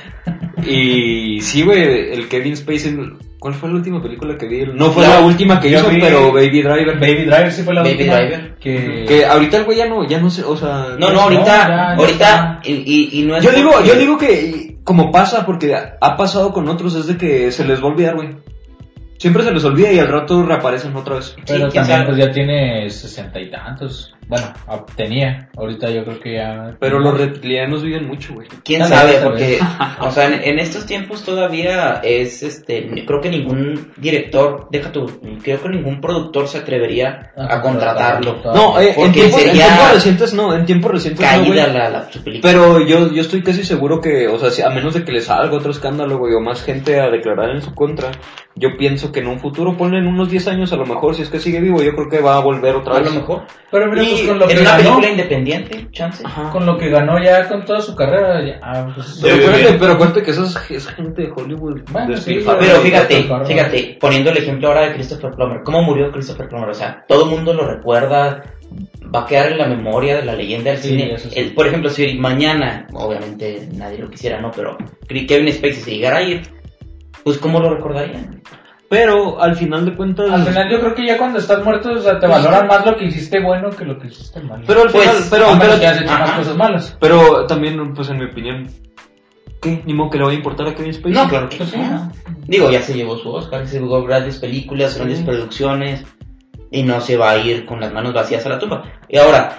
Y sí, güey, el Kevin Spacey. ¿Cuál fue la última película que vi? No fue la última que hizo, pero Baby Driver. Baby Driver sí fue la Baby última. Driver. Que ahorita el güey ya no sé, o sea. No, ahorita, y no es. Yo digo que como pasa, porque ha pasado con otros, es de que se les va a olvidar, güey. Siempre se les olvida y al rato reaparecen otra vez. Pero Sí, también pues ya tiene 60 y tantos. Bueno, tenía. Ahorita yo creo que ya. Pero los reptilianos viven mucho, güey. ¿Quién Tal sabe? vez. Porque, o sea, en estos tiempos todavía es, creo que ningún director, creo que ningún productor se atrevería a contratarlo. No, en Porque tiempos sería recientes no, güey. caída su película. Pero yo estoy casi seguro que, o sea, a menos de que le salga otro escándalo, güey, o más gente a declarar en su contra, yo pienso que en un futuro, ponle en unos 10 años, a lo mejor, si es que sigue vivo, yo creo que va a volver otra A vez. lo mejor. Pero mira, pues Y con lo en que una ganó, película independiente, chance. Ajá. con lo que ganó ya con toda su carrera, pues, Pero acuérdate que esa es gente de Hollywood. Bueno, despilfarra. Pero Claro. fíjate, poniendo el ejemplo ahora de Christopher Plummer, ¿cómo murió Christopher Plummer? O sea, todo el mundo lo recuerda, va a quedar en la memoria de la leyenda del Sí, cine. eso sí. Por ejemplo, si mañana, obviamente nadie lo quisiera, ¿no? Pero Kevin Spacey se llegara a ir, pues ¿cómo lo recordarían? Pero al final de cuentas. Al final yo creo que ya cuando estás muerto, o sea, te valoran más lo que hiciste bueno que lo que hiciste mal. Pero al final. Pues, Pero a menos que has hecho ajá. más cosas malas. Pero también, pues en mi opinión, ¿qué? Ni modo que le vaya a importar a Kevin Spacey. No, claro que Pues sí, no. ¿no? Digo, ya se llevó su Oscar, se llevó grandes películas, grandes producciones, y no se va a ir con las manos vacías a la tumba. Y ahora,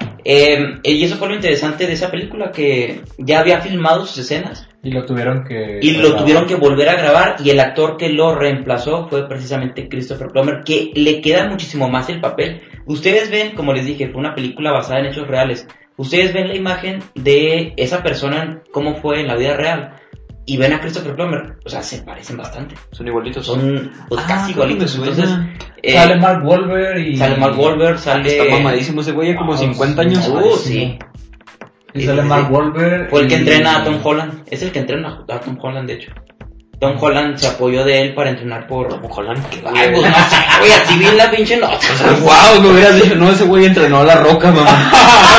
y eso fue lo interesante de esa película, que ya había filmado sus escenas, Y lo tuvieron que... y lo tuvieron que volver a grabar, y el actor que lo reemplazó fue precisamente Christopher Plummer, que le queda muchísimo más el papel. Ustedes ven, como les dije, fue una película basada en hechos reales. Ustedes ven la imagen de esa persona, cómo fue en la vida real, y ven a Christopher Plummer, o sea, se parecen bastante. Son igualitos. Son pues casi creo que me igualitos. suena. Entonces, Sale Mark Wahlberg y... sale Mark Wahlberg, sale... Está mamadísimo ese güey, como 50 sí. años. Sí. Y sale Mark Wahlberg. Fue el que y- entrena a Tom Holland. Es el que entrena a Tom Holland, de hecho. Tom Holland se apoyó de él para entrenar por... Tom Holland, qué Ay, pues no sé, güey, así vi la pinche nota. Wow, me hubieras dicho, no, ese güey entrenó a La Roca, mamá.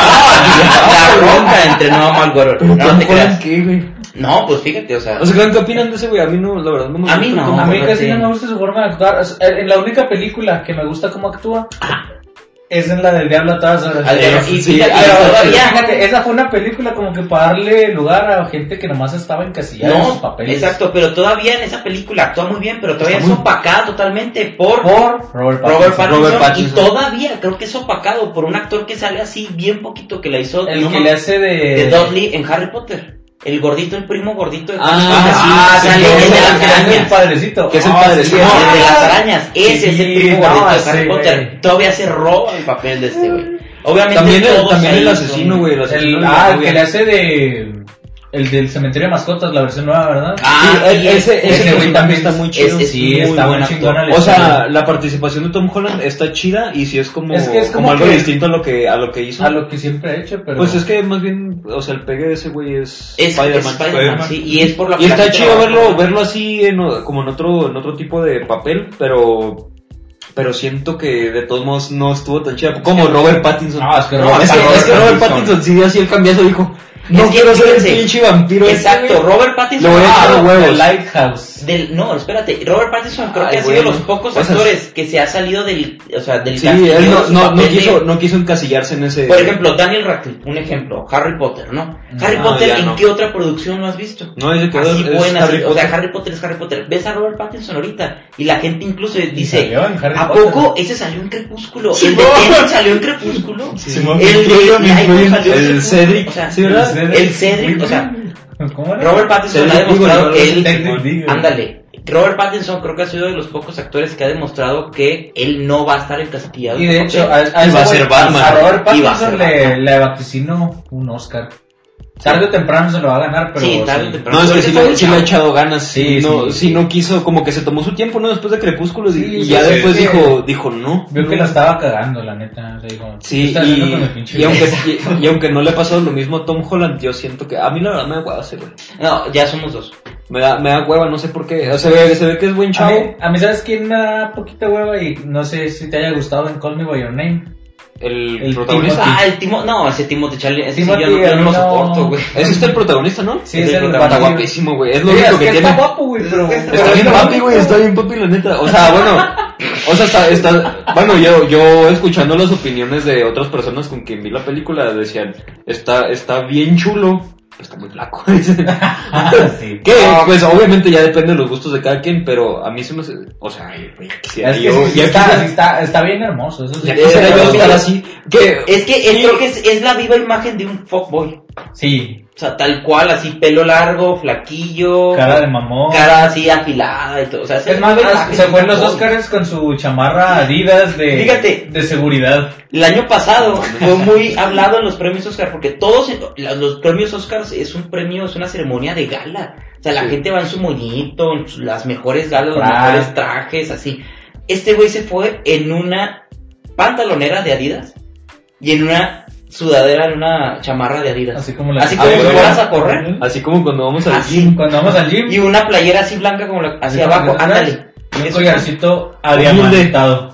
La Roca entrenó a Mark Wahlberg. No, Tom te creas. Holland, ¿qué, güey? No, pues fíjate, o sea... O sea, ¿qué opinan de ese güey? A mí no, la verdad, no me gusta. A mí no. cómo A mí juega. casi no me gusta su forma de actuar. O sea, en la única película que me gusta cómo actúa es en la del Diablo a todas horas. y sí, fíjate, Pero todavía... fíjate, esa fue una película como que para darle lugar a gente que nomás estaba encasillada en sus No, papeles. exacto, pero todavía en esa película actúa muy bien, pero todavía Está es muy- opacada totalmente por Robert Robert Pattinson. Pattinson, y todavía creo que es opacado por un actor que sale así bien poquito, que la hizo El no que me- le hace de Dudley en Harry Potter, el gordito, el primo gordito de sí, sale sí, el sí, de sí, las sí, arañas, el padrecito. Que es el Ah, padrecito. sí, el de las ah, arañas, ese es el sí, primo no, gordito de sí, Harry güey. Potter, todavía se roba el papel de este güey. Obviamente También todos el ahí asesino, son- güey. El asesino de la el novia. que le hace de... El del cementerio de mascotas, la versión nueva, ¿verdad? Ah, Sí, sí, ese ese güey personaje también está muy chido. es sí, muy está buen muy actor. chingona la O sea, historia. la participación de Tom Holland está chida y sí es como, Es que es como algo que- distinto a lo que hizo. A lo que siempre he hecho, pero... Pues es que más bien, o sea, el pegue de ese güey es es Spider-Man. Spider-Man, sí, y es por la Y está clase chido trabajo. verlo así como en otro tipo de papel, pero siento que de todos modos no estuvo tan chido como Robert Pattinson. No, es que es que Robert Pattinson- Pattinson sí dio así el cambiazo, dijo, No Es que, quiero ser el fíjense, pinche vampiro. Exacto, Robert Pattinson. Le voy a echar Ah, huevos. The Lighthouse. no, espérate, Robert Pattinson creo Ay, que ha sido bueno. de los pocos O sea, actores que se ha salido del, o sea, del Sí, castillo él de su papel de- no quiso encasillarse en ese. Por ejemplo, Daniel Radcliffe, un ejemplo, Harry Potter, ¿no? Harry Ah, Potter, ya ¿en no. qué otra producción lo has visto? No, ese quedó Así es buena, Harry así, o Potter. sea, Harry Potter es Harry Potter. Ves a Robert Pattinson ahorita y la gente incluso dice, salió en Harry ¿a Potter? poco ese salió en Crepúsculo? Sí, ¿El de no. Tenet salió en Crepúsculo? Sí, me el influyen, me influyen. salió en El Crepúsculo. Cedric, O sea, sí, ¿verdad? el Cedric, o sea, ¿Cómo era? Robert Pattinson Cedric ha demostrado Diggory, que él... Cedric Diggory. Ándale. Robert Pattinson creo que ha sido de los pocos actores que ha demostrado que él no va a estar encasillado. Y de en hecho, papel. a Y va a ese ser güey, Batman. a Robert Y va a Pattinson ser le, Batman. le vaticinó un Oscar. Tarde o temprano se lo va a ganar, pero Sí, tarde o temprano. No, es que sí, Ahorita sí le ha chavo. echado ganas. Sí, no, sí. sí, no quiso, como que se tomó su tiempo, ¿no? Después de Crepúsculo Sí, y sí, ya sí, después sí. dijo no. vio que no. la estaba cagando, la neta. O sea, dijo, Sí, ¿qué estás haciendo con el pinche y aunque, video? y aunque no le ha pasado lo mismo a Tom Holland, yo siento que a mí la verdad me da hueva ese güey. No, ya somos dos. Me da hueva, no sé por qué. Se ve que es buen A chavo. mí, ¿sabes quién me da poquita hueva? Y no sé si te haya gustado en Call Me By Your Name. El el protagonista. Ah, el Timo, no, ese Timothy Charlie, ese sí, Timothy, yo no lo no. soporto, güey. Es el protagonista, ¿no? Sí, Es es el el Está protagonista. guapísimo, güey. Es lo Sí, único es que que tiene. está guapo, güey, pero... Está bien papi, güey, está bien papi, la neta. O sea, bueno, o sea, bueno, yo escuchando las opiniones de otras personas con quien vi la película decían, está bien chulo, pero está muy flaco. Sí. Que, pues, obviamente ya depende de los gustos de cada quien, pero a mí se me hace, o sea, güey, quisiera Es que yo, sí, ya está bien hermoso, eso sí. ya quisiera yo estar así, que, Es que creo que es la viva imagen de un fuckboy. Sí, O sea, tal cual, así, pelo largo, flaquillo, cara de mamón. cara así afilada y todo. O sea, Es más, se fue en los Oscars con su chamarra Adidas Fíjate. de seguridad. El año pasado fue muy hablado en los premios Oscar, porque todos los premios Oscars es un premio, es una ceremonia de gala. O sea, la Sí. gente va en su moñito, en las mejores galas, los Ah. mejores trajes, así. Este güey se fue en una pantalonera de Adidas y en una sudadera, en una chamarra de Adidas. Así como la Así Ah, como si bueno. fueras a correr. así como cuando vamos al Así. gym. Cuando vamos al gym, Y una playera así blanca como la, hacia Así abajo, como ándale. un Eso collarcito adiamantado.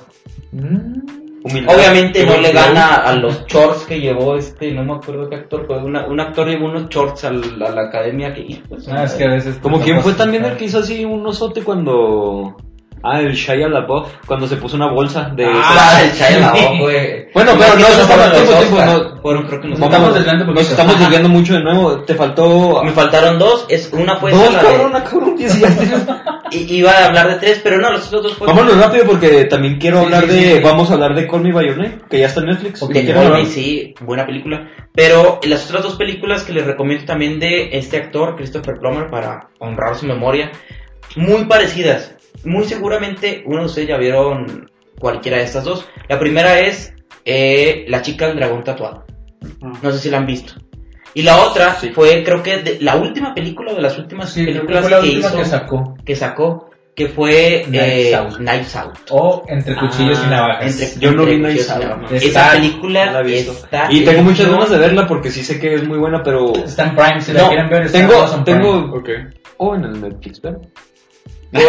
Humildad. Obviamente Qué no buen le flow. gana a los shorts que llevó no me acuerdo qué actor fue, un actor llevó unos shorts a la academia que pues, Ah, es que a veces... Como te quién fue topas también con- el que hizo así un osote cuando... Ah, el Shia LaBeouf, cuando se puso una bolsa de... el Shia LaBeouf, güey. Bueno, pero no, eso fueron fue los tiempo, Oscar. no. Fueron creo que Nos los estamos Oscar. desviando poquito. Nos estamos desviando mucho de nuevo. Te faltó... Me faltaron dos, una fue Dos, esa, la de- cabrón, 10 y ya tienes- iba a hablar de tres, pero no, los otros dos fueron Vámonos rápido porque también quiero Sí, hablar sí, de... sí. Vamos a hablar de Call Me By Your Name, que ya está en Netflix. Ok, de ¿Quieren Call Me, hablar? sí, buena película. Pero las otras dos películas que les recomiendo también de este actor, Christopher Plummer, para honrar su memoria, muy parecidas. Muy seguramente uno de ustedes ya vieron cualquiera de estas dos. La primera es La chica del dragón tatuado. No sé si la han visto. Y la otra Sí. fue, creo que la última película de las últimas Sí, creo que películas fue la que última hizo, que sacó. que fue Knives Out. Knives Out. O Entre Cuchillos y Navajas. Yo no vi Entre Knives Cuchillos y Out. Navajas. Está- Esa película No la he visto. está Y tengo muchas hecho- ganas de verla porque sí sé que es muy buena, pero... Está en Prime, si la No, quieren ver. está en tengo... Amazon Prime. Ok. O en el Netflix, ¿verdad? Pero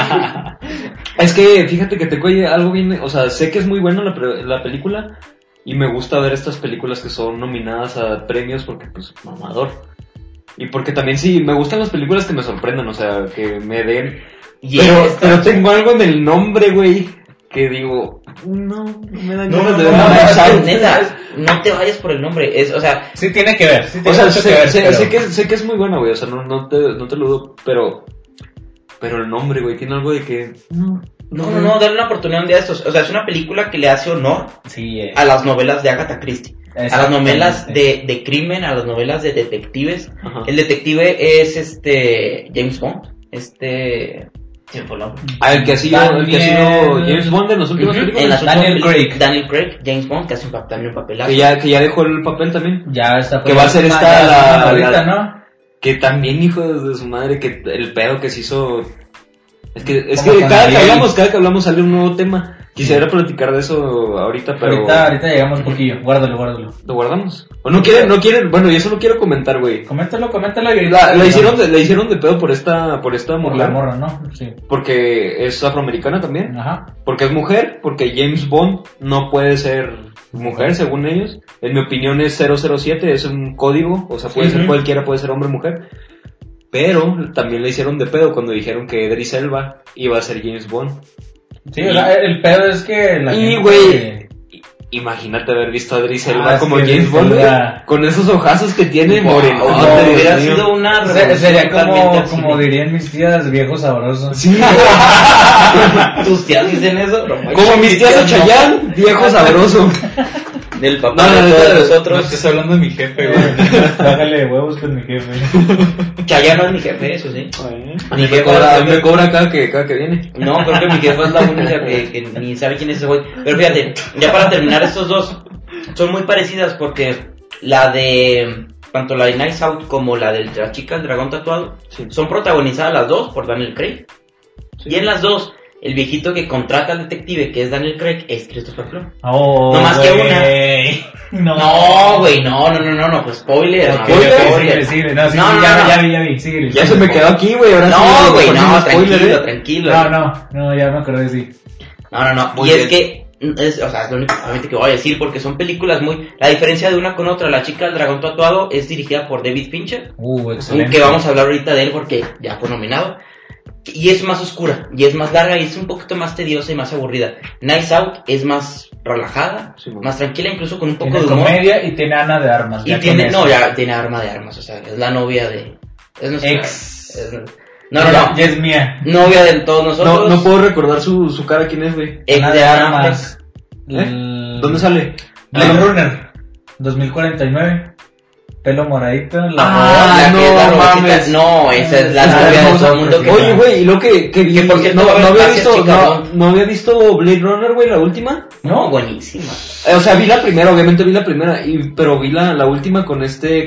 Es que fíjate que tengo ahí algo bien, o sea, sé que es muy buena la película y me gusta ver estas películas que son nominadas a premios porque pues mamador. Y porque también sí, me gustan las películas que me sorprendan, o sea, que me den... y Pero tengo algo en el nombre, güey, que digo, no me dan no, ganas no, de no, ver no, Knives Out. neta, no te vayas por el nombre, o sea, Sí tiene que ver. Sí O tiene sea, mucho que ver, pero- sé que es muy buena, güey, o sea, no te lo dudo, pero el nombre, güey, tiene algo de que... no, darle una oportunidad un día a estos, o sea, es una película que le hace honor Sí, a las novelas de Agatha Christie, a las novelas exactamente. de crimen, a las novelas de detectives. Ajá. El detective es James Bond, se me fue el nombre. Ah, el que ha sido James Bond en las últimas Ujú, películas. en las Daniel últimas Craig. películas, Daniel Craig, James Bond, que hace también un papelazo. Que ya dejó el papel también. Ya está. Que va a ser esta ya la- ahorita, la- ¿no? Que también, hijo de su madre, que el pedo que se hizo. Es que Como con cada Ariel. que hablamos sale un nuevo tema. Quisiera platicar de eso ahorita, pero... Ahorita llegamos un poquillo, guárdalo. ¿Lo guardamos? ¿O no quieren? Bueno, yo solo quiero comentar, güey. Coméntalo y... La hicieron de pedo por esta por la mujer. morra, ¿no? Sí. Porque es afroamericana también. Ajá. Porque es mujer, porque James Bond no puede ser mujer, según ellos. En mi opinión es 007, es un código, o sea, puede ser cualquiera, puede ser hombre o mujer. Pero también le hicieron de pedo cuando dijeron que Idris Elba iba a ser James Bond. Sí, o sea, el pedo es que la gente... güey, imagínate haber visto a Idris Elba como es que James Bond, güey, con esos ojazos que tiene, moreno. Hubiera sido una... Sería como dirían mis tías, viejo sabroso. Sí. ¿Tus tías dicen eso? Como mis tías a Chayanne, viejo sabroso. Del papá de todos nosotros. No estás hablando de mi jefe, güey. Bájale huevos con mi jefe. Chayanne no es mi jefe, eso sí. Me cobra cada que viene. No, creo que mi jefa es la única que ni sabe quién es ese güey. Pero fíjate, ya para terminar, estos dos son muy parecidas porque tanto la de Knives Out como la de la chica del dragón tatuado son protagonizadas las dos por Daniel Craig. Y en las dos, el viejito que contrata al detective, que es Daniel Craig, es Christopher Plummer. Oh, no más que una. No, güey, no, pues spoiler. Ya vi, síguele. Ya se me quedó aquí, güey, ahora no, güey, no, tranquilo. No, ya me acordé, sí. No, muy y bien. es que, es lo único obviamente que voy a decir, porque son películas la diferencia de una con otra, La chica del dragón tatuado es dirigida por David Fincher, excelente. que vamos a hablar ahorita de él porque ya fue nominado. Y es más oscura, y es más larga, y es un poquito más tediosa y más aburrida. Knives Out es más relajada, más tranquila, incluso con un poco de humor. Comedia y tiene Ana de Armas. Y tiene arma de armas, o sea, es la novia de... Es nuestra... Ya es mía. Novia de todos nosotros. No puedo recordar su cara, ¿quién es, güey? Ana de Armas. ¿Dónde sale? Blade Runner, 2049. Pelo moradito, no mames. No, esa es la novia de todo el mundo. Oye, güey, y lo que vi, que porque no había visto Blade Runner, güey, la última. No, buenísima. O sea, vi la primera, obviamente vi la primera, pero vi la última con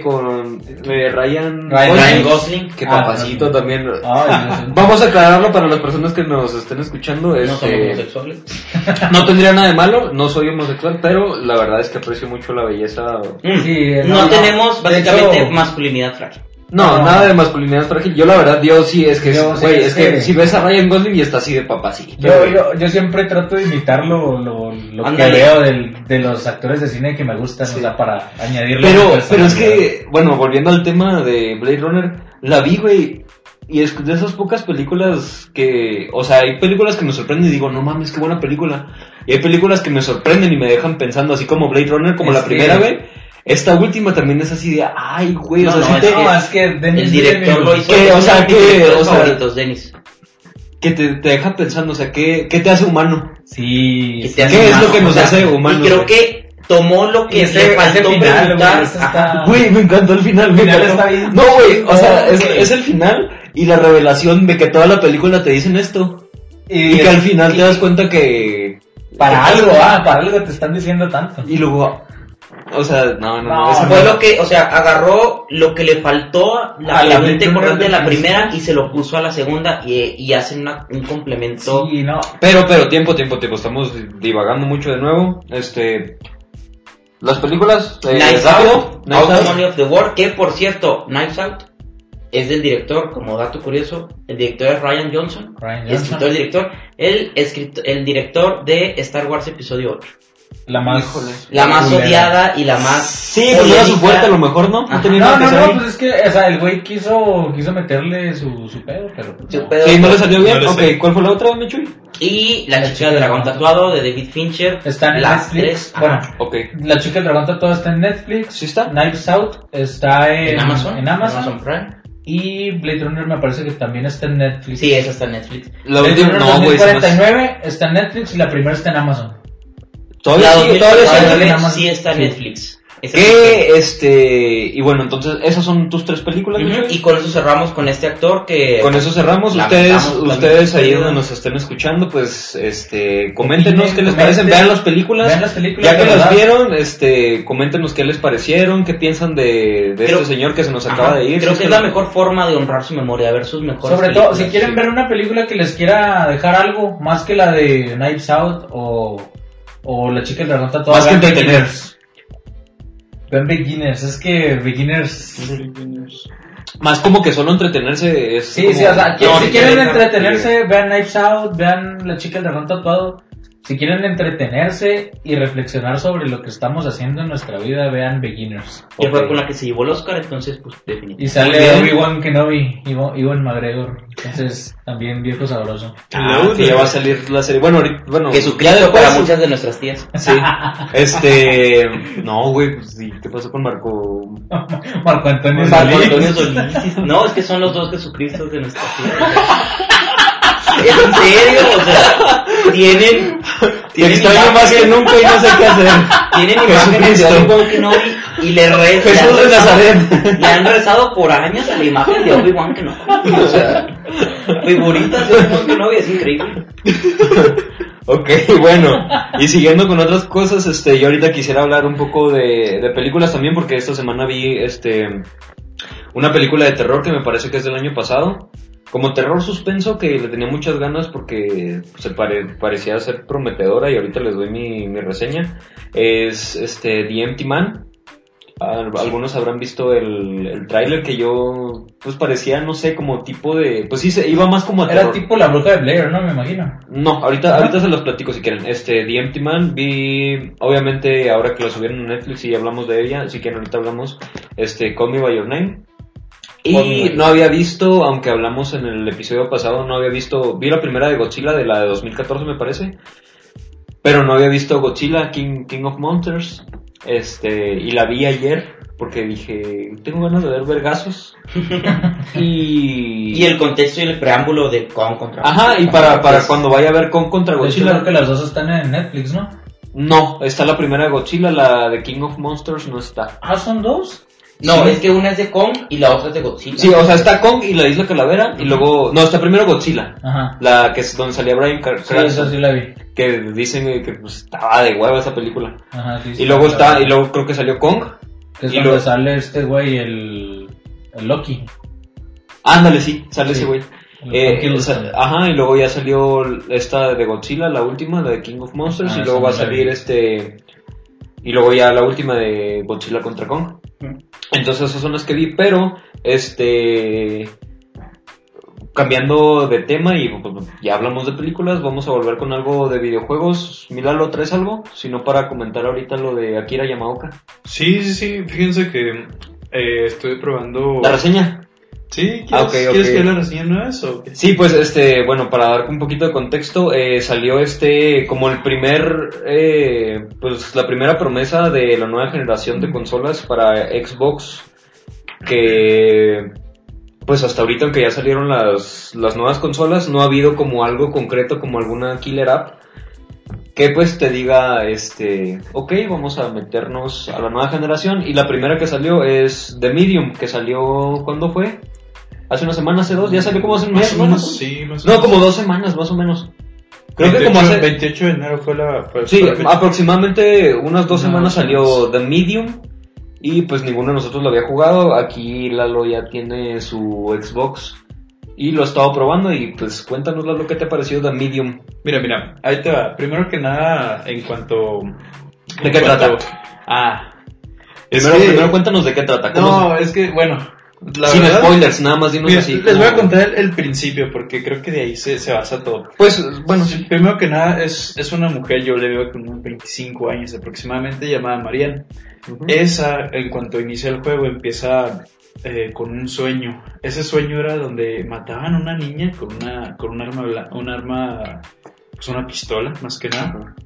Ryan Gosling. Que papacito también. Vamos a aclararlo para las personas que nos estén escuchando. No somos homosexuales. No tendría nada de malo, no soy homosexual, pero la verdad es que aprecio mucho la belleza. No tenemos básicamente masculinidad frágil. No, nada de masculinidad frágil. Yo la verdad, sí, es que, güey, es que si ves a Ryan Gosling y está así de papacito. Yo siempre trato de imitar lo que veo de los actores de cine que me gustan, o sea, para añadirle. Pero es que, bueno, volviendo al tema de Blade Runner, la vi, güey, y es de esas pocas películas que, o sea, hay películas que me sorprenden y digo, no mames, qué buena película. Y hay películas que me sorprenden y me dejan pensando, así como Blade Runner, como la primera, güey. Esta última también es así de, ay, güey, es que el director lo hizo. Favoritos, Dennis. Que te deja pensando, o sea, ¿qué te hace humano? Sí. ¿Qué es lo que nos hace humanos? Y creo que tomó lo que le faltó preguntar. Güey, me encantó el final. No, güey, o sea, es el final y la revelación de que toda la película te dicen esto. Y que al final te das cuenta que... Para algo te están diciendo tanto. Y luego... O sea, no. Fue lo que, o sea, agarró lo que le faltó a la mente importante de la primera y se lo puso a la segunda y hacen un complemento. Sí, no. Pero, tiempo. Estamos divagando mucho de nuevo. Las películas. Knives Out, Money of the War, que por cierto, Knives Out es del director, como dato curioso, el director es Ryan Johnson. Escritor, director. El director de Star Wars Episodio 8. La más odiada y la más... Sí, pues era su fuerte a lo mejor, ¿no? No, pues es que, o sea, el güey quiso meterle su pedo, pero... Sí, no le salió bien. Ok, ¿cuál fue la otra, Michuy? Y La chica del dragón tatuado de David Fincher. Está en Netflix. Bueno, La chica del dragón tatuado está en Netflix. ¿Sí está? Knives Out está en Amazon Prime. Y Blade Runner me parece que también está en Netflix. Sí, esa está en Netflix. La última, no, güey. 2049 está en Netflix y la primera está en Amazon. Todavía sí está en Netflix. Y bueno, entonces, ¿esas son tus 3 películas? Y con eso cerramos con este actor que... Con eso cerramos. Ustedes ahí donde nos estén escuchando, pues, coméntenos qué les parecen. Vean las películas. Ya que las vieron, coméntenos qué les parecieron, qué piensan de este señor que se nos acaba de ir. Creo que es la mejor forma de honrar su memoria, ver sus mejores Sobre películas. todo, si quieren ver una película que les quiera dejar algo, más que la de Knives Out o La chica del dragón tatuado. Más que entretener. Ven Beginners, es que Beginners... Más como que solo entretenerse es Sí, como... sí, o sea, si quieren entretenerse, vean Knives Out, vean La chica del dragón tatuado. Si quieren entretenerse y reflexionar sobre lo que estamos haciendo en nuestra vida, vean Beginners. Que fue con la que se llevó el Oscar, entonces, pues, definitivamente. Y sale Obi-Wan Kenobi, Ewan McGregor, entonces también viejo sabroso. Que ya va a salir la serie. Bueno, Jesucristo para muchas de nuestras tías. Sí. No, güey, pues sí, ¿qué pasó con Marco Antonio Solís? No, es que son los dos Jesucristos de nuestras tías. ¿Es en serio? O sea, tienen extraño más que nunca y no sé qué hacer. Tienen imágenes de Obi-Wan Kenobi y Jesús de Nazaret. Le han rezado por años a la imagen de Obi-Wan Kenobi. O sea, figuritas de Obi-Wan Kenobi, es increíble. Ok, bueno, y siguiendo con otras cosas, yo ahorita quisiera hablar un poco de películas también, porque esta semana vi una película de terror que me parece que es del año pasado. Como terror suspenso, que le tenía muchas ganas porque parecía ser prometedora, y ahorita les doy mi reseña. Es The Empty Man. Algunos habrán visto el tráiler, que yo pues parecía, no sé, como tipo de... Pues sí, iba más como a terror. Era tipo La Bruja de Blair, ¿no? Me imagino. No, ahorita se los platico si quieren. The Empty Man, vi, obviamente, ahora que lo subieron en Netflix y hablamos de ella, si quieren ahorita hablamos, Call Me By Your Name. Y no había visto, aunque hablamos en el episodio pasado, vi la primera de Godzilla, de la de 2014 me parece, pero no había visto Godzilla, King of Monsters, y la vi ayer, porque dije, tengo ganas de ver vergazos. Y el contexto y el preámbulo de Kong contra Godzilla. Ajá, y para cuando vaya a ver Kong contra Godzilla. Creo que las dos están en Netflix, ¿no? No, está la primera de Godzilla, la de King of Monsters no está. Ah, ¿son dos? No, sí. Es que una es de Kong y la otra es de Godzilla. Sí, o sea, está Kong y la Isla Calavera, y luego... No, está primero Godzilla. Ajá. La que es donde salía Bryan Cranston. Sí, esa sí la vi. Que dicen que pues, estaba de hueva esa película. Ajá, sí. Y luego y luego creo que salió Kong. Que es donde sale este güey, el Loki. Ándale, sí, sale ese güey. Ajá, y luego ya salió esta de Godzilla, la última, la de King of Monsters, y luego va a salir y luego ya la última de Godzilla contra Kong. Entonces esas son las que vi, pero cambiando de tema y ya hablamos de películas, vamos a volver con algo de videojuegos. Milalo, ¿traes algo? Si no, para comentar ahorita lo de Akira Yamaoka. Sí, fíjense que estoy probando... ¿La reseña? Sí, ¿quieres que la reseña no es o qué? Sí, pues bueno, para dar un poquito de contexto, salió como el primer, pues la primera promesa de la nueva generación de consolas para Xbox, que pues hasta ahorita, aunque ya salieron las nuevas consolas, no ha habido como algo concreto, como alguna killer app que pues te diga, ok, vamos a meternos a la nueva generación. Y la primera que salió es The Medium, que salió, ¿cuándo fue? ¿Hace una semana, hace dos? ¿Ya salió como hace un mes? Sí, más o menos. No, como 2 semanas, más o menos. Creo 28, que como hace... 28 de enero fue sí, aproximadamente unas 2 semanas salió semanas. The Medium. Y pues ninguno de nosotros lo había jugado. Aquí Lalo ya tiene su Xbox y lo ha estado probando. Y pues cuéntanos, Lalo, ¿qué te pareció The Medium? Mira, ahí te va. Primero que nada, ¿de qué trata? Primero cuéntanos de qué trata. No, es que, bueno... Sin verdad, spoilers, nada más dinos así. Les voy a contar el principio, porque creo que de ahí se basa todo. Pues, bueno, sí. Primero que nada, es una mujer, yo le veo con unos 25 años aproximadamente, llamada Marianne. Uh-huh. Esa, en cuanto inicia el juego, empieza con un sueño. Ese sueño era donde mataban a una niña con un arma, pues una pistola, más que nada. Uh-huh.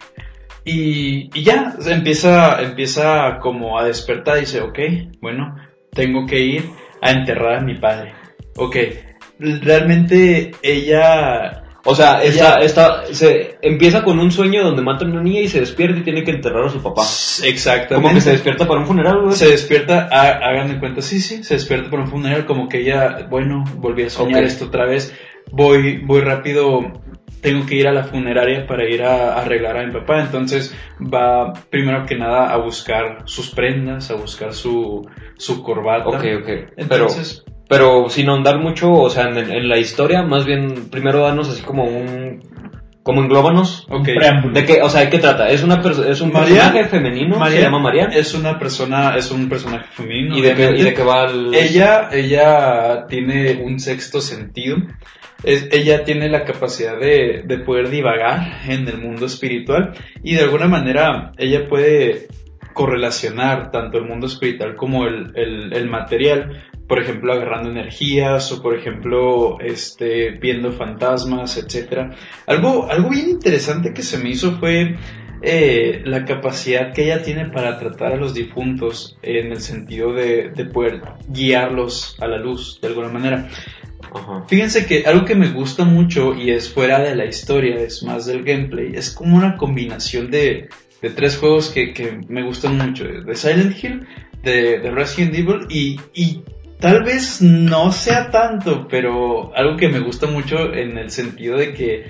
Y ya, empieza como a despertar y dice, ok, bueno... Tengo que ir a enterrar a mi padre. Ok, realmente ella... O sea, se empieza con un sueño donde mata a una niña y se despierta y tiene que enterrar a su papá. Exactamente. Como que se despierta para un funeral, güey. Se despierta, hagan de cuenta, sí, se despierta para un funeral, como que ella, bueno, volví a soñar esto otra vez, voy rápido, tengo que ir a la funeraria para ir a arreglar a mi papá, entonces va primero que nada a buscar sus prendas, a buscar su corbata. Ok. Entonces... Pero sin ahondar mucho, o sea, en la historia, más bien, primero danos así como englóbanos. Okay. Preámbulo. ¿De qué, o sea, de qué trata? ¿Es un personaje femenino? ¿Se llama Marianne? Es un personaje femenino. ¿Y de qué va el...? Ella tiene un sexto sentido. Ella tiene la capacidad de poder divagar en el mundo espiritual y de alguna manera ella puede correlacionar tanto el mundo espiritual como el material, por ejemplo agarrando energías o por ejemplo viendo fantasmas, etcétera. Algo bien interesante que se me hizo fue la capacidad que ella tiene para tratar a los difuntos en el sentido de poder guiarlos a la luz de alguna manera. Ajá. Fíjense que algo que me gusta mucho y es fuera de la historia, es más del gameplay, es como una combinación de tres juegos que me gustan mucho, de Silent Hill, de Resident Evil y tal vez no sea tanto, pero algo que me gusta mucho en el sentido de que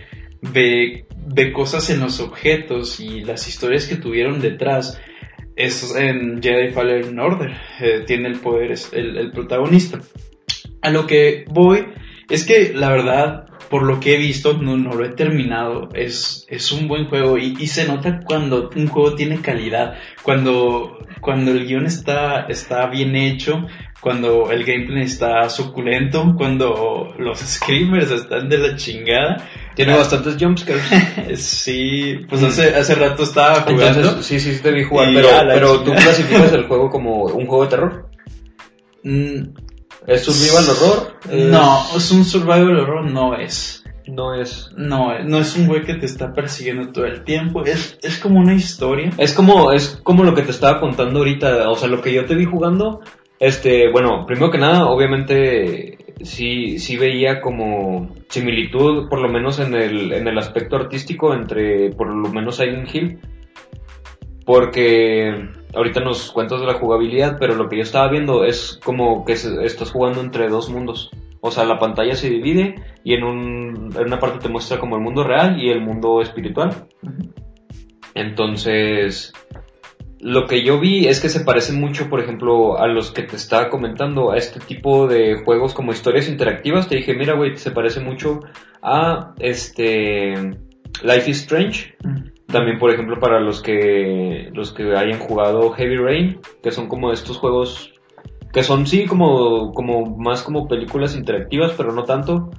ve cosas en los objetos y las historias que tuvieron detrás. Es en Jedi Fallen Order, tiene el poder el protagonista. A lo que voy es que la verdad, por lo que he visto, no lo he terminado, es un buen juego y se nota cuando un juego tiene calidad, cuando el guión está bien hecho, cuando el gameplay está suculento, cuando los screamers están de la chingada. Tiene bastantes jumpscares. Sí, pues hace rato estaba jugando. Entonces, sí te vi jugar, Y pero ¿tú clasificas el juego como un juego de terror? ¿Es survival horror? No, es un survival horror, no es. No es un güey que te está persiguiendo todo el tiempo, es como una historia. Es como lo que te estaba contando ahorita, o sea, lo que yo te vi jugando, bueno, primero que nada, obviamente sí veía como similitud, por lo menos en el aspecto artístico entre, por lo menos Silent Hill, porque ahorita nos cuentas de la jugabilidad, pero lo que yo estaba viendo es como que estás jugando entre dos mundos. O sea, la pantalla se divide y en una parte te muestra como el mundo real y el mundo espiritual. Entonces, lo que yo vi es que se parece mucho, por ejemplo, a los que te estaba comentando, a este tipo de juegos como historias interactivas. Te dije, mira, güey, se parece mucho a Life is Strange. También, por ejemplo, para los que hayan jugado Heavy Rain, que son como estos juegos que son sí como más como películas interactivas, pero no tanto,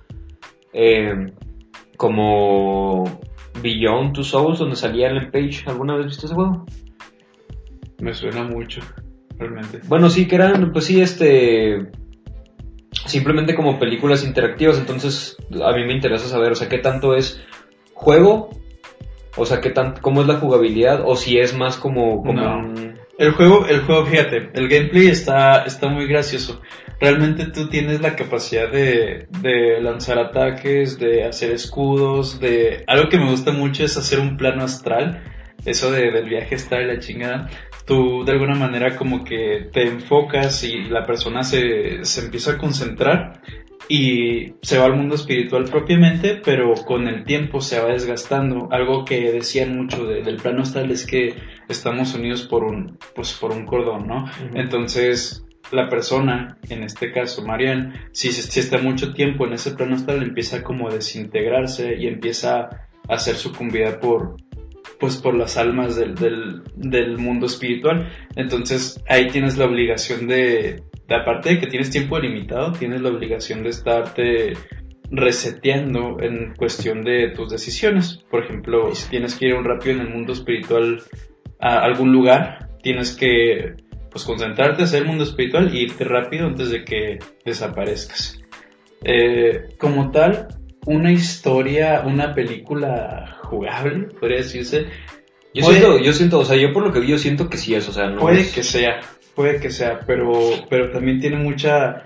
como Beyond Two Souls, donde salía Ellen Page. ¿Alguna vez viste ese juego? Me suena mucho, realmente. Bueno, sí, que eran, pues sí, simplemente como películas interactivas. Entonces a mí me interesa saber, o sea, qué tanto es juego, o sea, cómo es la jugabilidad, o si es más como no. El juego, fíjate, el gameplay está muy gracioso. Realmente tú tienes la capacidad de lanzar ataques, de hacer escudos, algo que me gusta mucho es hacer un plano astral. Eso del viaje astral y la chingada. Tú de alguna manera como que te enfocas y la persona se empieza a concentrar y se va al mundo espiritual propiamente, pero con el tiempo se va desgastando. Algo que decían mucho del plano astral es que estamos unidos por un cordón, ¿no? Uh-huh. Entonces la persona, en este caso Marianne, si está mucho tiempo en ese plano astral, empieza como a desintegrarse y empieza a ser sucumbida por las almas del mundo espiritual. Entonces ahí tienes la obligación de aparte de que tienes tiempo limitado, tienes la obligación de estarte reseteando en cuestión de tus decisiones. Por ejemplo, si tienes que ir un rápido en el mundo espiritual a algún lugar, tienes que concentrarte, hacer el mundo espiritual e irte rápido antes de que desaparezcas. Como tal, una historia, una película jugable, podría decirse. Yo siento, o sea, yo por lo que vi, yo siento que sí es, o sea, no puede que sea, pero también tiene mucha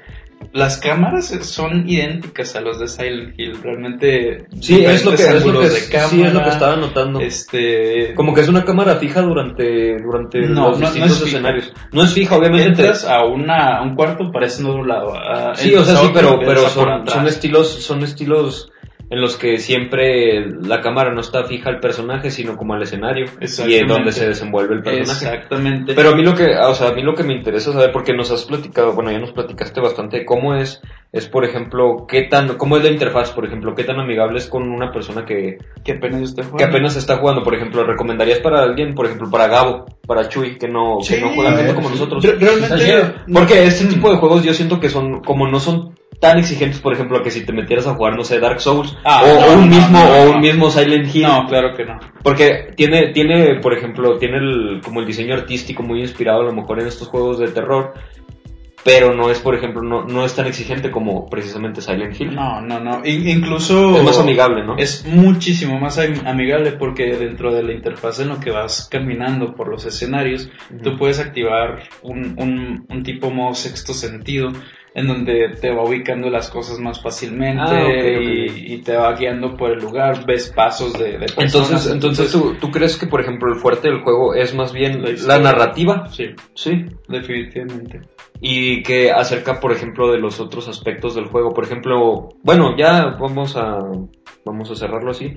las cámaras son idénticas a los de Silent Hill, realmente. Sí, es lo que cámara, estaba notando. Como que es una cámara fija durante los distintos escenarios. No es fija, obviamente. Entras a un cuarto, parece en otro lado. Sí, o sea, sí, pero son estilos en los que siempre la cámara no está fija al personaje, sino como al escenario y en donde se desenvuelve el personaje. Exactamente. Pero a mí lo que me interesa saber, porque nos has platicado, bueno, ya nos platicaste bastante cómo es por ejemplo, cómo es la interfaz, por ejemplo, qué tan amigable es con una persona que apenas está jugando, por ejemplo, ¿recomendarías para alguien, por ejemplo, para Gabo, para Chuy, que no juegan tanto como nosotros? Realmente, porque este tipo de juegos yo siento que no son tan exigentes, por ejemplo, que si te metieras a jugar, no sé, Dark Souls o un mismo Silent Hill. No, claro que no. Porque tiene, por ejemplo, como el diseño artístico muy inspirado a lo mejor en estos juegos de terror, pero no es, por ejemplo, no es tan exigente como precisamente Silent Hill. No. Incluso es más amigable, ¿no? Es muchísimo más amigable porque dentro de la interfaz en lo que vas caminando por los escenarios, tú puedes activar un tipo modo sexto sentido, en donde te va ubicando las cosas más fácilmente. Y te va guiando por el lugar, ves pasos de personas. Entonces ¿tú crees que, por ejemplo, el fuerte del juego es más bien la narrativa? Sí, definitivamente. Y que acerca, por ejemplo, de los otros aspectos del juego. Por ejemplo, bueno, ya vamos a cerrarlo así.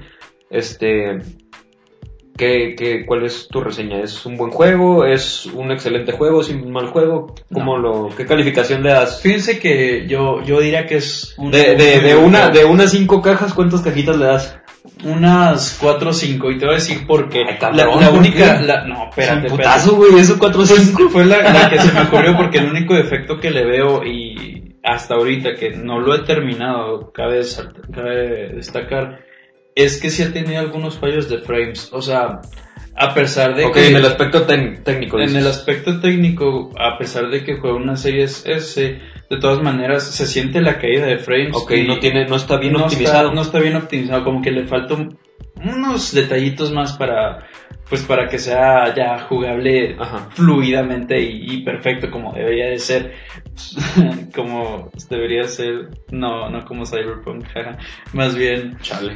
¿Cuál es tu reseña? ¿Es un buen juego? ¿Es un excelente juego? ¿Es un mal juego? ¿Qué calificación le das? Fíjense que yo diría que es de unas 5 cajas, ¿cuántas cajitas le das? Unas 4 o 5, y te voy a decir por qué. Ay, cabrón, la única... no, espérate. Putazo, güey, eso 4 o 5. Fue la que se me ocurrió porque el único defecto que le veo, y hasta ahorita que no lo he terminado, cabe destacar, es que sí ha tenido algunos fallos de frames. O sea, a pesar de que... en el aspecto técnico. En el aspecto técnico, a pesar de que juega una serie S, de todas maneras se siente la caída de frames. No está bien optimizado. No está bien optimizado, como que le faltan unos detallitos más para que sea ya jugable fluidamente y perfecto como debería de ser. Como debería ser, no como Cyberpunk, más bien. Chale.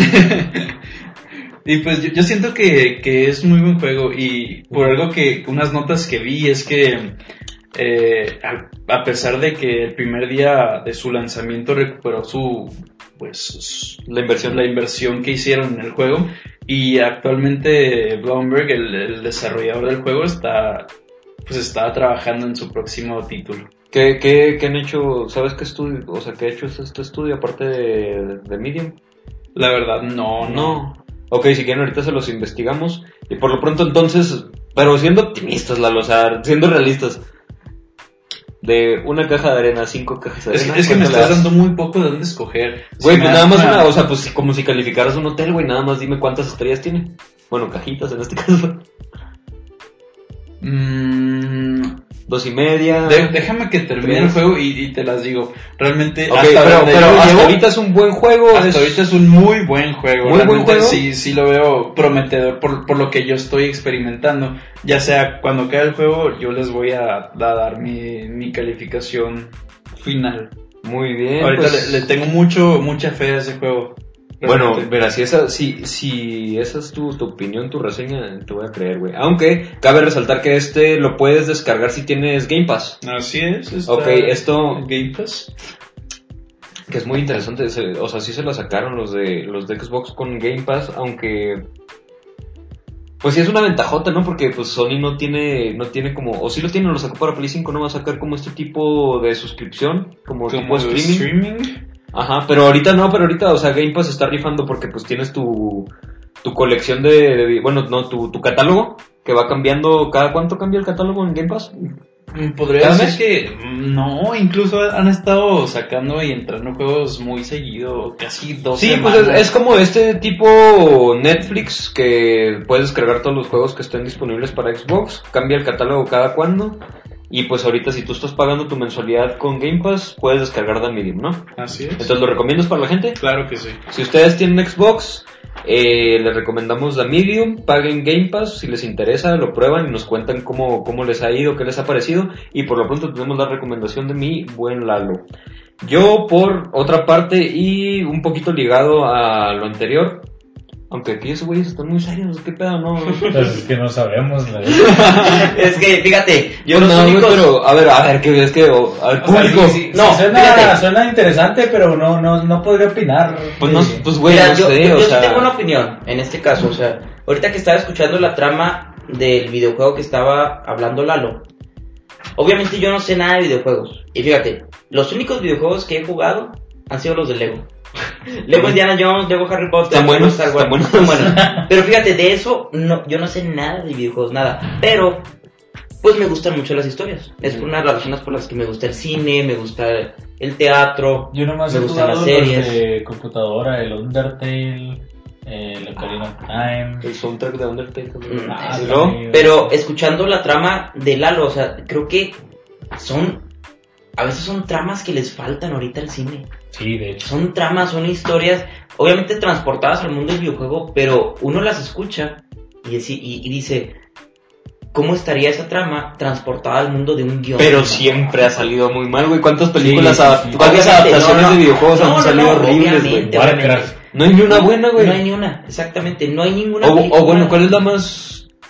Y pues yo siento que es muy buen juego, y por algo unas notas que vi es que a pesar de que el primer día de su lanzamiento recuperó la inversión que hicieron en el juego, y actualmente Bloomberg, el desarrollador del juego, está trabajando en su próximo título. ¿Qué han hecho? ¿Sabes qué estudio? O sea, ¿qué ha hecho este estudio aparte de Medium? La verdad, no. Ok, si quieren ahorita se los investigamos. Y por lo pronto entonces, pero siendo optimistas, Lalo, o sea, siendo realistas, de una caja de arena, 5 cajas de arena. Es que me estás dando muy poco de dónde escoger. Güey, pues nada más o sea, pues como si calificaras un hotel, güey, nada más dime cuántas estrellas tiene. Bueno, cajitas en este caso. 2.5. Déjame que termine el juego y te las digo. Realmente, okay, pero hasta ahorita es un buen juego. Hasta ahorita es un muy buen juego. Muy buen juego. Sí lo veo prometedor por lo que yo estoy experimentando. Ya sea cuando acabe el juego, yo les voy a dar mi calificación final. Muy bien. Ahorita le tengo mucha fe a ese juego. Bueno, mira, si esa es tu opinión, tu reseña, te voy a creer, güey. Aunque cabe resaltar que lo puedes descargar si tienes Game Pass. Así es. Esto Game Pass, que es muy interesante. O sea, sí se lo sacaron los de Xbox con Game Pass, aunque pues sí es una ventajota, ¿no? Porque pues Sony no tiene como, o sí lo tiene, lo sacó para Play 5, no va a sacar como este tipo de suscripción, como tipo streaming. Ajá, pero ahorita, o sea, Game Pass está rifando porque pues tienes tu colección tu catálogo que va cambiando. ¿Cada cuánto cambia el catálogo en Game Pass? Podría decir que no, incluso han estado sacando y entrando juegos muy seguido, casi 2 semanas. Sí, pues es como este tipo Netflix, que puedes descargar todos los juegos que estén disponibles para Xbox, cambia el catálogo cada cuando. Y pues ahorita si tú estás pagando tu mensualidad con Game Pass, puedes descargar The Medium, ¿no? Así es. Entonces, ¿lo recomiendas para la gente? Claro que sí. Si ustedes tienen Xbox, Les recomendamos The Medium, paguen Game Pass, si les interesa, lo prueban y nos cuentan cómo les ha ido, qué les ha parecido. Y por lo pronto tenemos la recomendación de mi buen Lalo. Yo, por otra parte, y un poquito ligado a lo anterior, aunque aquí esos güeyes están muy serios, ¿qué pedo? No. Pues es que no sabemos, la Es que, fíjate, yo Pues los no, únicos... güey, pero, a ver, que es que, al público. No, fíjate. suena interesante, pero no podría opinar. Pues no, pues güey, Mira, no yo sé, o sí sea. tengo una opinión en este caso, o sea, ahorita que estaba escuchando la trama del videojuego que estaba hablando Lalo, obviamente yo no sé nada de videojuegos, y fíjate, los únicos videojuegos que he jugado han sido los de Lego. Lego Indiana Jones, Lego Harry Potter, Están buenos, Star Wars, están buenos. Pero fíjate, de eso no, yo no sé nada de videojuegos, nada, pero pues me gustan mucho las historias. Es una de las razones por las que me gusta el cine, me gusta el teatro, Yo nomás me he gustan jugado las series. los de computadora, el Undertale, el Ocarina of Time. El soundtrack de Undertale también. Ah, ¿No? también. Pero escuchando la trama de Lalo, o sea, creo que a veces son tramas que les faltan ahorita al cine. Sí, de hecho. Son tramas, son historias, obviamente transportadas al mundo del videojuego, pero uno las escucha y dice, ¿cómo estaría esa trama transportada al mundo de un guión? Pero siempre ha salido muy mal, güey. ¿Cuántas películas, Sí. cuántas Obviamente, adaptaciones de videojuegos no, han salido horribles, güey? obviamente, Warcraft. No hay ni una buena, güey. No hay ni una, exactamente, no hay ninguna O película. bueno, ¿cuál es la más...?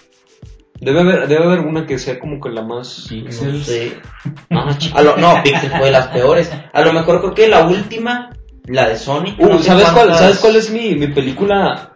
Debe haber una que sea como que la más... No sé. No, Pixel fue de las peores. A lo mejor creo que la última, la de Sonic. no sé ¿Sabes cuántas- cuál es mi película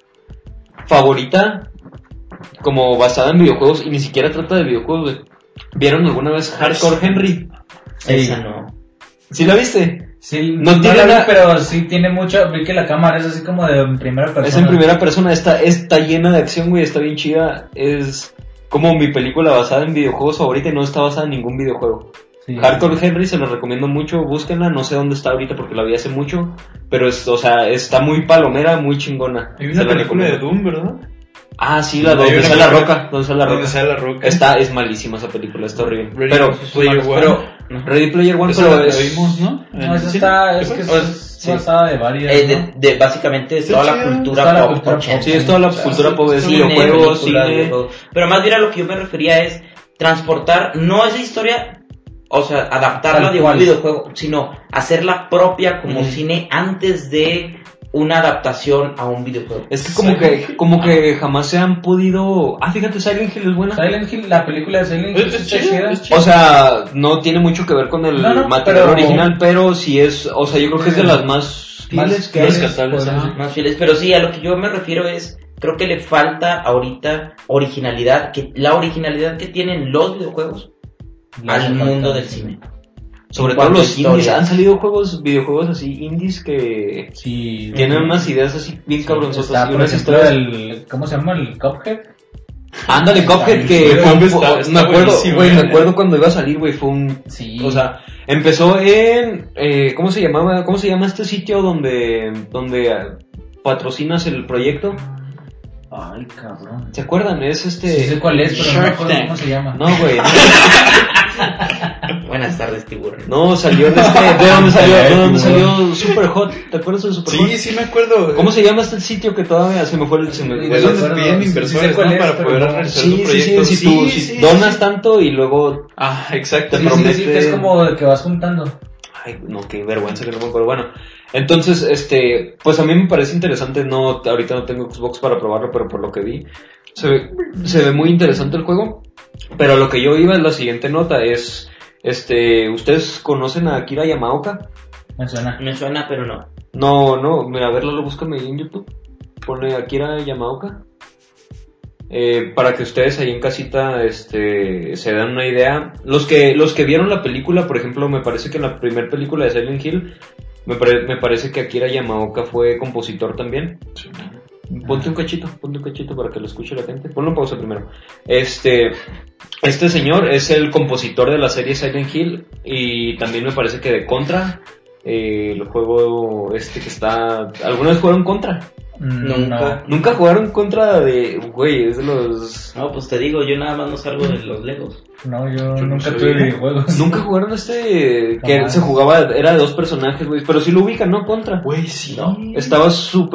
favorita? Como basada en videojuegos, y ni siquiera trata de videojuegos, güey. ¿Vieron alguna vez Hardcore Henry? Esa no. ¿Sí la viste? Sí, No no tiene la vi, una- pero sí tiene mucho. Vi que la cámara es así como de en primera persona. Es en primera persona, está llena de acción, güey, está bien chida. Es como mi película basada en videojuegos favorita y no está basada en ningún videojuego. Sí. Hardcore Henry se la recomiendo mucho, búsquenla, no sé dónde está ahorita porque la vi hace mucho, pero está muy palomera, muy chingona. Hay Se una la película de recomiendo. Doom, ¿verdad? Ah, sí, la Hay donde una sale la película- roca, donde sale la Donde roca. sale la roca. Es malísima esa película, está horrible. Ready Pero Player One. Ready Player One, Esa pero la es... vimos, ¿no? No, esa ¿Sí? está. Es que Pues, es sí. basada de varias. ¿no? De básicamente Está toda la chida. cultura Toda la pop. cultura pop. 80. Sí, es toda la cultura pop, es Cine, videojuegos, películas, cine... videojuegos. Pero más bien a lo que yo me refería es transportar, no esa historia, o sea, adaptarla Tal de un cual. videojuego, sino hacerla propia como Ujú. cine antes de una adaptación a un videojuego. Es que como que jamás se han podido... Ah, fíjate, Silent Hill es buena. Silent Hill, la película de Silent Hill Es está chida, chida. es chida. O sea, no tiene mucho que ver con el No, material pero- original, pero sí es... O sea, yo creo que es de las más fieles que hay. rescatables, pues, ajá. Más fieles, pero sí, a lo que yo me refiero es, creo que le falta ahorita originalidad, que la originalidad que tienen los videojuegos al mundo del cine. Sobre En todo cuanto a los indies. historias. Han salido videojuegos así, indies que Sí. tienen unas ideas así bien cabronzotas. Está, y por unas ejemplo, historias... ¿cómo se llama? El Cuphead. Ándale, Cuphead, que Sí, fue un... está Me acuerdo, buenísimo, güey, me acuerdo cuando iba a salir, güey, fue un... Sí. O sea, empezó en... ¿Cómo se llama este sitio donde patrocinas el proyecto? Ay, cabrón. ¿Se acuerdan? Es Sí sé cuál es, pero no me Shark acuerdo Tank. cómo se llama. No, güey. Buenas tardes, tiburón. No, salió en ¿de dónde salió Superhot? ¿Te acuerdas de Superhot? Sí, sí me acuerdo. ¿Cómo se llama este sitio que todavía se me fue el... Sí, De me donde acuerdo, piden sí inversores, sé cuál ¿no? es, Para pero poder no. realizar Sí, su proyecto. si donas tanto y luego... Ah, exacto. Te Sí, promete- sí, que es como de que vas juntando. Ay, no, qué vergüenza que no me acuerdo. Bueno, entonces, pues a mí me parece interesante, ahorita no tengo Xbox para probarlo, pero por lo que vi, se ve muy interesante el juego. Pero lo que yo iba en la siguiente nota es, ¿ustedes conocen a Akira Yamaoka? Me suena. Me suena, pero no. No, mira, a ver, Lalo, búscame ahí en YouTube. Pone Akira Yamaoka. Para que ustedes ahí en casita se dan una idea. Los que vieron la película, por ejemplo, me parece que en la primera película de Silent Hill, me parece que Akira Yamaoka fue compositor también. Ponte un cachito para que lo escuche la gente. Ponlo en pausa primero. Este señor es el compositor de la serie Silent Hill y también me parece que de Contra, el juego que está... ¿Alguna vez jugaron Contra? Nunca. Nunca jugaron Contra güey, es de los... No, pues te digo, yo nada más no salgo de los Legos. No, yo Yo no nunca sabía. tuve videojuegos. Nunca jugaron que Jamás. se jugaba, era de dos personajes, güey, pero sí lo ubican, ¿no? Contra. Güey, sí. No. Estaba súper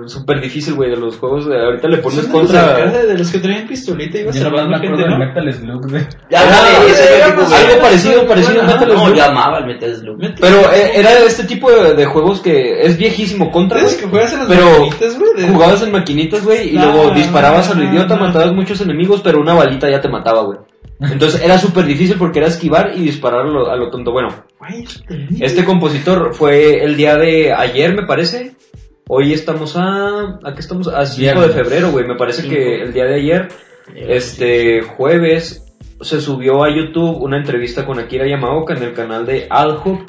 súper difícil, güey, de los juegos. Ahorita le pones Son contra... de los que traían pistolita y ibas Yo nomás me trabando acuerdo gente, del ¿no? Metal Slug, güey. Algo parecido a Metal No, Slug. yo amaba el Metal Slug. Pero era este tipo de juegos que es viejísimo. Contra, ¿Sabes güey. que juegas en las Pero maquinitas, güey? jugabas en maquinitas, güey, y luego disparabas a lo idiota, matabas muchos enemigos, pero una balita ya te mataba, güey. Entonces era súper difícil porque era esquivar y disparar a lo tonto. Bueno, Güey, este compositor fue el día de ayer, me parece. Hoy estamos ¿a qué estamos? A 5 de febrero, güey. Me parece que el día de ayer, jueves, se subió a YouTube una entrevista con Akira Yamaoka en el canal de Alhub.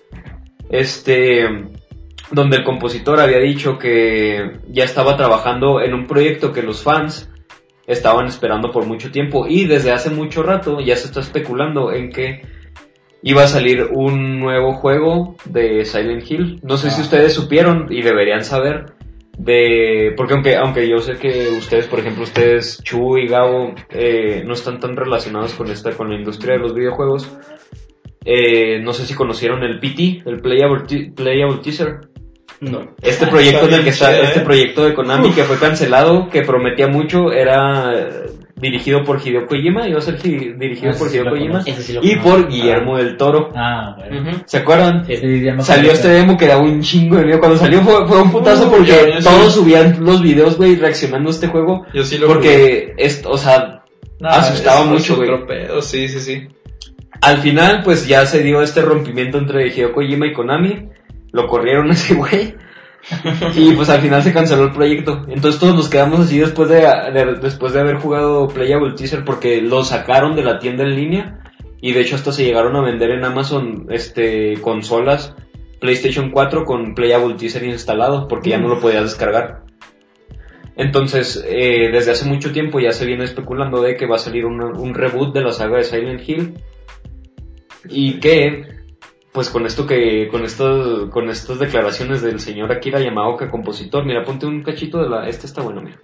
Donde el compositor había dicho que ya estaba trabajando en un proyecto que los fans estaban esperando por mucho tiempo, y desde hace mucho rato ya se está especulando en que iba a salir un nuevo juego de Silent Hill. No sé si ustedes supieron, y deberían saber, porque aunque yo sé que ustedes, por ejemplo, ustedes, Chu y Gabo, no están tan relacionados con la industria de los videojuegos. No sé si conocieron el PT, el Playable Teaser. No. Este proyecto en el que está, este proyecto de Konami que fue cancelado, que prometía mucho, era dirigido por Hideo Kojima, iba a ser dirigido por Hideo Kojima y por Guillermo del Toro. Bueno. ¿Se acuerdan? Sí, ya me Salió acuerdo. este demo que daba un chingo de miedo. Cuando salió fue un putazo porque yo todos sí. subían los videos, güey, reaccionando a este juego. Yo sí lo porque, asustaba mucho, güey. Sí. Al final, pues ya se dio este rompimiento entre Hideo Kojima y Konami. Lo corrieron a ese güey. Y pues al final se canceló el proyecto. Entonces todos nos quedamos así después de haber jugado Playable Teaser, porque lo sacaron de la tienda en línea. Y de hecho hasta se llegaron a vender en Amazon consolas PlayStation 4 con Playable Teaser instalado, porque ya no lo podías descargar. Entonces, desde hace mucho tiempo ya se viene especulando de que va a salir un reboot de la saga de Silent Hill. Y que, pues con estas declaraciones del señor Akira Yamaoka, compositor, mira, ponte un cachito de está bueno, mira.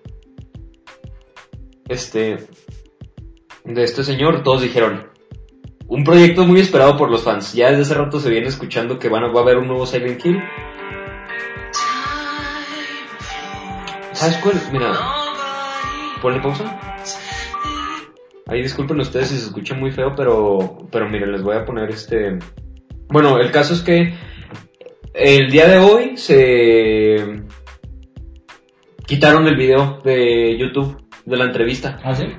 De este señor, todos dijeron, un proyecto muy esperado por los fans. Ya desde hace rato se viene escuchando que va a haber un nuevo Silent Hill. ¿Sabes cuál? Mira, ponle pausa. Ahí disculpen ustedes si se escucha muy feo, pero miren, les voy a poner Bueno, el caso es que el día de hoy se quitaron el video de YouTube de la entrevista. ¿Ah, sí?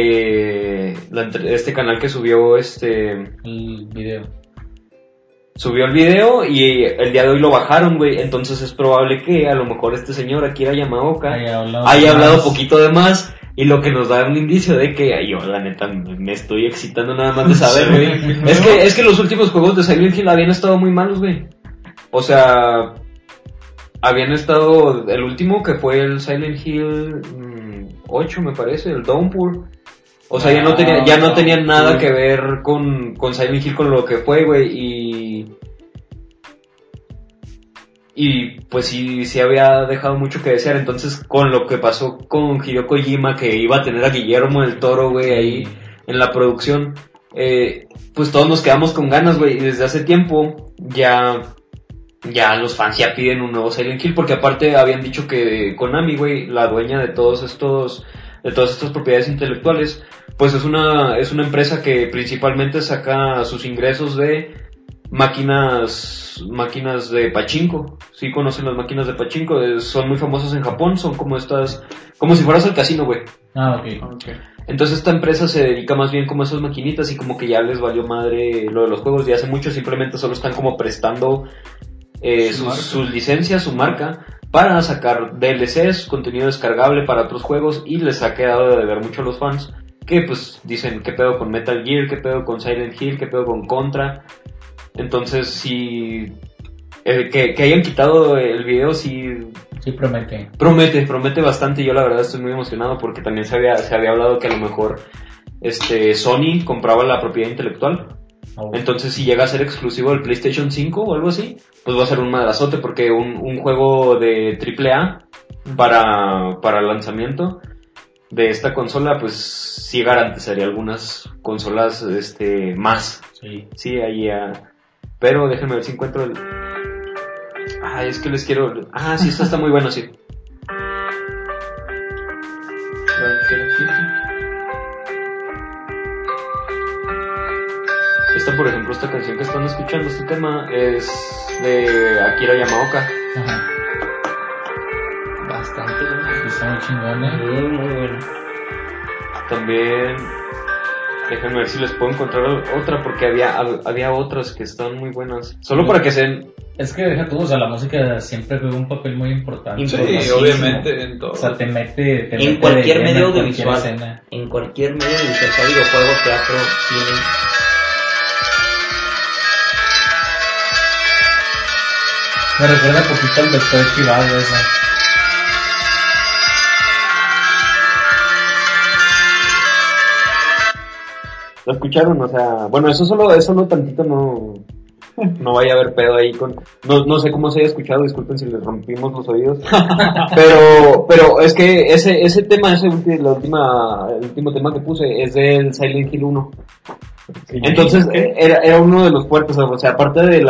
Este canal que subió El video. Subió el video y el día de hoy lo bajaron, güey. Entonces es probable que a lo mejor este señor Akira Yamaoka haya hablado poquito de más. Y lo que nos da un indicio de que yo, la neta, me estoy excitando nada más de saber, güey. Es que los últimos juegos de Silent Hill habían estado muy malos, güey. O sea, habían estado... El último que fue el Silent Hill 8, me parece, el Downpour. O sea, ya no tenía nada que ver con Silent Hill, con lo que fue, güey. Y pues sí había dejado mucho que desear. Entonces, con lo que pasó con Hideo Kojima, que iba a tener a Guillermo del Toro, güey, ahí en la producción, pues todos nos quedamos con ganas, güey. Y desde hace tiempo ya los fans ya piden un nuevo Silent Hill, porque aparte habían dicho que Konami, güey, la dueña de todas estas propiedades intelectuales, pues es una empresa que principalmente saca sus ingresos de máquinas de pachinko. Sí conocen las máquinas de pachinko, son muy famosas en Japón, son como como si fueras al casino, güey. Okay. Entonces esta empresa se dedica más bien como a esas maquinitas, y como que ya les valió madre lo de los juegos de hace mucho, simplemente solo están como prestando sus licencias, su marca, para sacar DLCs, contenido descargable para otros juegos, y les ha quedado de deber mucho a los fans, que pues dicen, ¿qué pedo con Metal Gear? ¿Qué pedo con Silent Hill? ¿Qué pedo con Contra? Entonces, sí, que hayan quitado el video, sí promete. Promete bastante. Yo la verdad estoy muy emocionado, porque también se había hablado que a lo mejor Sony compraba la propiedad intelectual. Entonces, si llega a ser exclusivo del PlayStation 5 o algo así, pues va a ser un madrazote, porque un juego de AAA para el lanzamiento de esta consola, pues sí garantizaría algunas consolas más. Sí, ahí pero déjenme ver si encuentro es que les quiero... sí, esta está muy buena, sí. Esta, por ejemplo, esta canción que están escuchando, este tema, es de Akira Yamaoka. Ajá. Bastante bueno. Sí, está muy chingón, Muy, muy bueno. También, déjenme ver si les puedo encontrar otra, porque había otras que están muy buenas. Solo para que sean... Es que deja tú, o sea, la música siempre juega un papel muy importante. Sí, Importantísimo. obviamente, en todo. O sea, te mete En cualquier de lleno medio en cualquier audiovisual. escena. En cualquier medio audiovisual, sea videojuego, teatro, cine. Me recuerda un poquito al Doctor Chivago esa. ¿Lo escucharon? O sea, bueno, eso solo tantito no vaya a haber pedo ahí con... No sé cómo se haya escuchado, disculpen si les rompimos los oídos. pero es que ese tema, el último tema que puse es del Silent Hill 1. Entonces, era uno de los fuertes, o sea, aparte de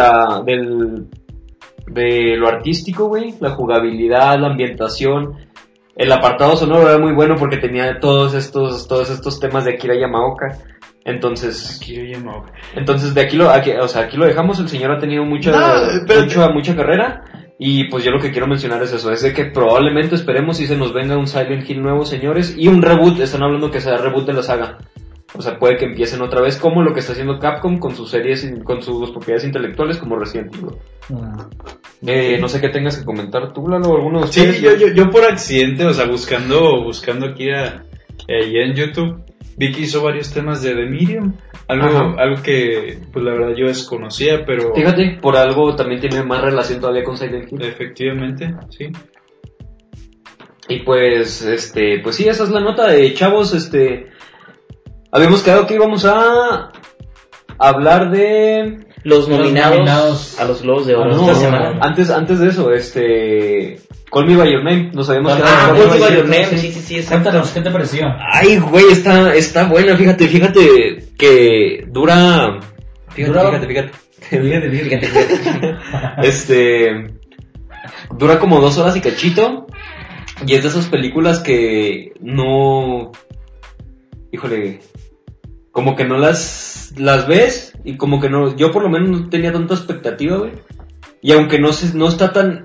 lo artístico, güey, la jugabilidad, la ambientación, el apartado sonoro era muy bueno porque tenía todos estos temas de Akira Yamaoka. Entonces de aquí lo dejamos. El señor ha tenido mucha carrera. Y pues yo lo que quiero mencionar es eso, es de que probablemente esperemos si se nos venga un Silent Hill nuevo, señores, y un reboot. Están hablando que sea reboot de la saga. O sea, puede que empiecen otra vez como lo que está haciendo Capcom con sus series, con sus propiedades intelectuales como Resident Evil. No sé qué tengas que comentar tú, Lalo, alguno de ustedes. Sí, yo por accidente, o sea, buscando aquí en YouTube, vi que hizo varios temas de The Medium, algo que pues la verdad yo desconocía, pero... Fíjate, por algo también tiene más relación todavía con Silent Hill. Efectivamente, sí. Y pues sí, esa es la nota de chavos, habíamos quedado que íbamos a hablar de... Los nominados a los Globos de Oro esta semana. Antes de eso, Call Me By Your Name, nos habíamos quedado. Call Me By Your Name, sí, exacto. Cuéntanos, ¿qué te pareció? Ay, güey, está buena, fíjate que dura... Fíjate. Dura como 2 horas y cachito, y es de esas películas que no... Híjole... Como que no las ves y como que no, yo por lo menos no tenía tanta expectativa, güey. Y aunque no está tan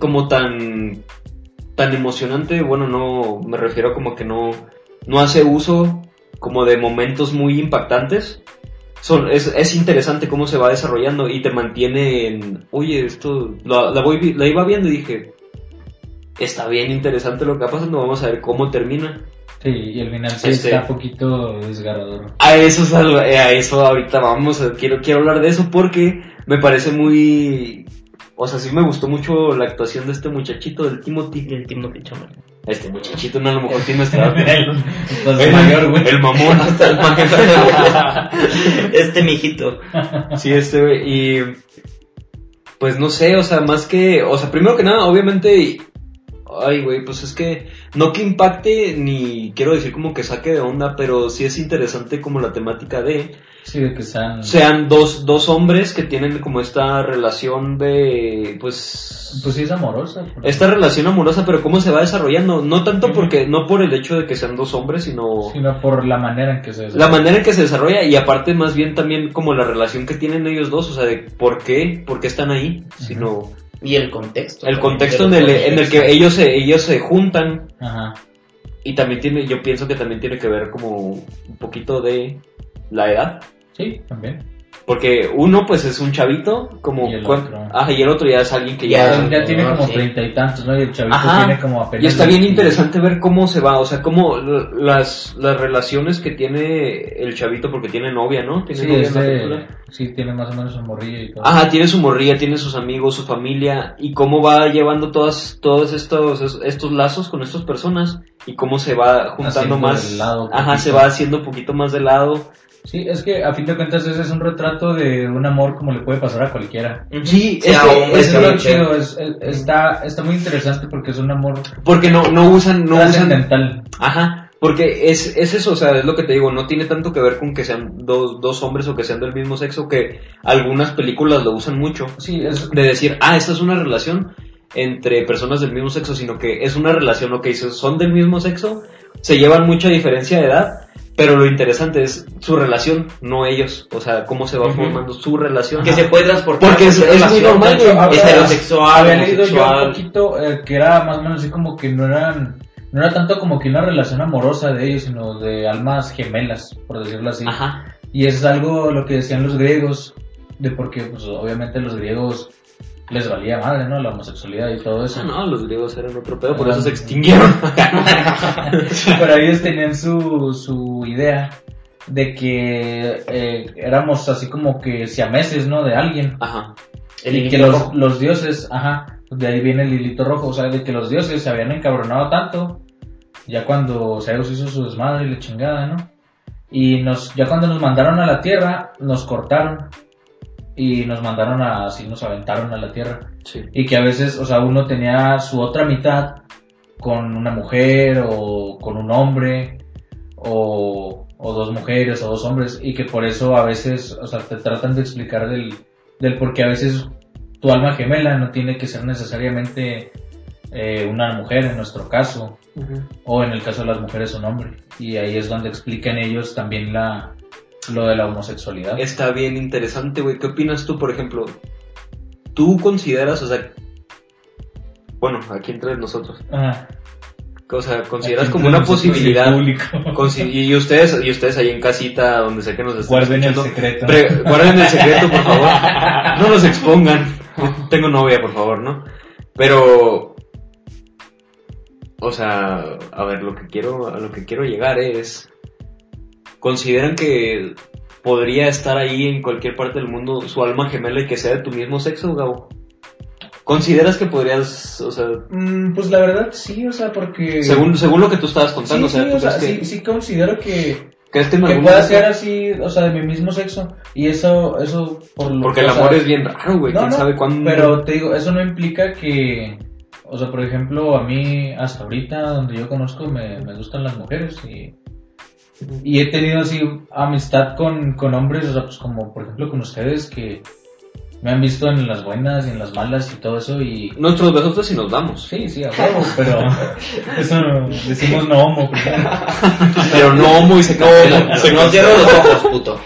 emocionante, bueno, no, me refiero a como que no hace uso como de momentos muy impactantes. Es interesante cómo se va desarrollando y te mantiene en, oye, esto, la iba viendo y dije, está bien interesante lo que va pasando, vamos a ver cómo termina. Sí, y el final sí está un poquito desgarrador. A eso ahorita vamos, quiero hablar de eso porque me parece muy... O sea, sí me gustó mucho la actuación de este muchachito, del Timothy. El Timothy Chalamet. Este muchachito no, a lo mejor tiene nuestra edad. El mayor, güey. El mamón. Mijito. Sí, güey. Y... Pues no sé, o sea, más que... O sea, primero que nada, obviamente... Ay, güey, pues es que no que impacte ni quiero decir como que saque de onda, pero sí es interesante como la temática de... Sí, de que sean dos hombres que tienen como esta relación de... Pues sí es amorosa. Esta relación amorosa, pero cómo se va desarrollando. No tanto porque... No por el hecho de que sean 2 hombres, sino por la manera en que se desarrolla. La manera en que se desarrolla y aparte más bien también como la relación que tienen ellos dos, o sea, de por qué están ahí, sino... Y el contexto. El contexto en el que ellos se juntan. Ajá. Y también yo pienso que también tiene que ver como un poquito de la edad. Sí, también. Porque uno pues es un chavito como... Y el otro. Ajá, y el otro ya es alguien que ya tiene como 30 y tantos, ¿no? Y el chavito tiene como apenas... Y está bien interesante ver cómo se va, o sea, cómo las relaciones que tiene el chavito, porque tiene novia, ¿no? ¿Tiene novia en la película? Sí, tiene más o menos su morrilla y todo. Ajá, tiene su morrilla, tiene sus amigos, su familia, y cómo va llevando todos estos lazos con estas personas, y cómo se va juntando haciendo más... Lado, ajá, se va haciendo un poquito más de lado. Sí, es que a fin de cuentas ese es un retrato de un amor como le puede pasar a cualquiera. Sí, es lo chido, está muy interesante porque es un amor... Porque no usan... trascendental. Ajá, porque es eso, o sea, es lo que te digo, no tiene tanto que ver con que sean dos hombres o que sean del mismo sexo, que algunas películas lo usan mucho. Sí, es... De decir, esta es una relación entre personas del mismo sexo, sino que es una relación, ok, son del mismo sexo, se llevan mucha diferencia de edad, pero lo interesante es su relación, no ellos, o sea, cómo se va formando su relación. Que se puede transportar. Porque es muy normal, heterosexual, había leído yo un homosexual. poquito que era más o menos así como que no era tanto como que una relación amorosa de ellos, sino de almas gemelas, por decirlo así. Ajá. Y eso es algo lo que decían los griegos, de porque pues obviamente los griegos les valía madre, ¿no? La homosexualidad y todo eso. No, los griegos eran otro pedo, por eso se extinguieron. Pero ellos tenían su idea de que éramos así como que siameses, ¿no? De alguien. Ajá. Y que los dioses, de ahí viene el hilito rojo, o sea, de que los dioses se habían encabronado tanto, ya cuando Zeus hizo su desmadre y la chingada, ¿no? Y ya cuando nos mandaron a la tierra, nos cortaron. Y nos mandaron así nos aventaron a la tierra. Sí. Y que a veces, o sea, uno tenía su otra mitad con una mujer o con un hombre o dos mujeres o dos hombres, y que por eso a veces, o sea, te tratan de explicar del por qué a veces tu alma gemela no tiene que ser necesariamente una mujer en nuestro caso, o en el caso de las mujeres un hombre, y ahí es donde explican ellos también lo de la homosexualidad. Está bien interesante, güey. ¿Qué opinas tú, por ejemplo? ¿Tú consideras, o sea, bueno, aquí entre nosotros, o sea, consideras como una posibilidad, y ustedes ahí en casita, donde sé que nos están guarden el escuchando, secreto, guarden el secreto, por favor, no nos expongan, tengo novia, por favor, ¿no? Pero, o sea, a ver, a lo que quiero llegar es, ¿consideran que podría estar ahí en cualquier parte del mundo su alma gemela y que sea de tu mismo sexo, Gabo? ¿Consideras que podrías, o sea... pues la verdad sí, o sea, porque... Según lo que tú estabas contando, sí, o sea, sí considero que que pueda ser así, o sea, de mi mismo sexo, y eso por lo porque que, el amor es bien raro, güey, quién sabe cuándo... Pero te digo, eso no implica que, o sea, por ejemplo, a mí hasta ahorita, donde yo conozco, me gustan las mujeres, y he tenido así amistad con hombres, o sea, pues como por ejemplo con ustedes, que me han visto en las buenas y en las malas y todo eso, y... Nuestros besotes sí nos damos. Sí, a huevo, pero eso decimos no homo. Pero no homo y se cancela. No cierro los ojos, puto.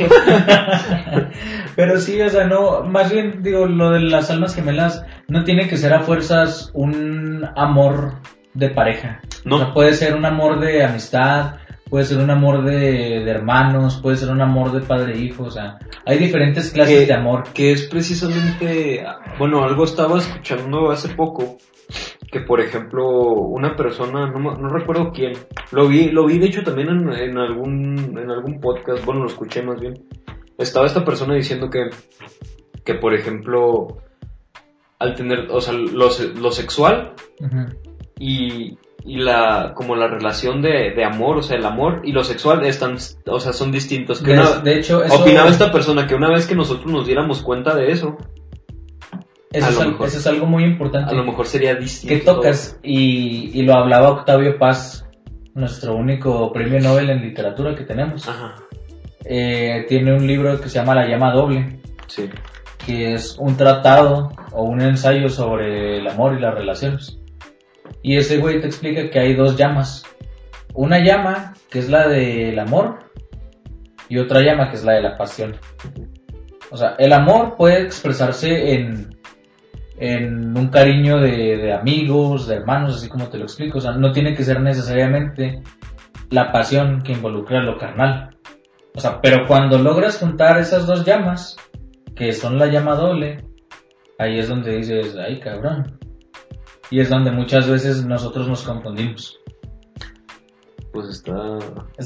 Pero sí, o sea, no, más bien digo, lo de las almas gemelas no tiene que ser a fuerzas un amor de pareja. No. O sea, puede ser un amor de amistad, puede ser un amor de hermanos, puede ser un amor de padre e hijo, o sea, hay diferentes clases de amor. Que es precisamente, bueno, algo estaba escuchando hace poco, que por ejemplo, una persona, no recuerdo quién, lo vi de hecho también en algún podcast, bueno, lo escuché más bien, estaba esta persona diciendo que por ejemplo, al tener, o sea, lo sexual, y como la relación de amor, o sea, el amor y lo sexual están, o sea, son distintos. Que de hecho, eso... opinaba esta persona que una vez que nosotros nos diéramos cuenta de eso, eso es algo muy importante. A lo mejor sería distinto. Que tocas, y lo hablaba Octavio Paz, nuestro único premio Nobel en literatura que tenemos. Ajá. Tiene un libro que se llama La llama doble. Sí. Que es un tratado o un ensayo sobre el amor y las relaciones. Y ese güey te explica que hay dos llamas. Una llama, que es la del amor, y otra llama, que es la de la pasión. O sea, el amor puede expresarse en un cariño de amigos, de hermanos, así como te lo explico. O sea, no tiene que ser necesariamente la pasión que involucra lo carnal. O sea, pero cuando logras juntar esas dos llamas, que son la llama doble, ahí es donde dices, ay cabrón. Y es donde muchas veces nosotros nos confundimos. Pues está...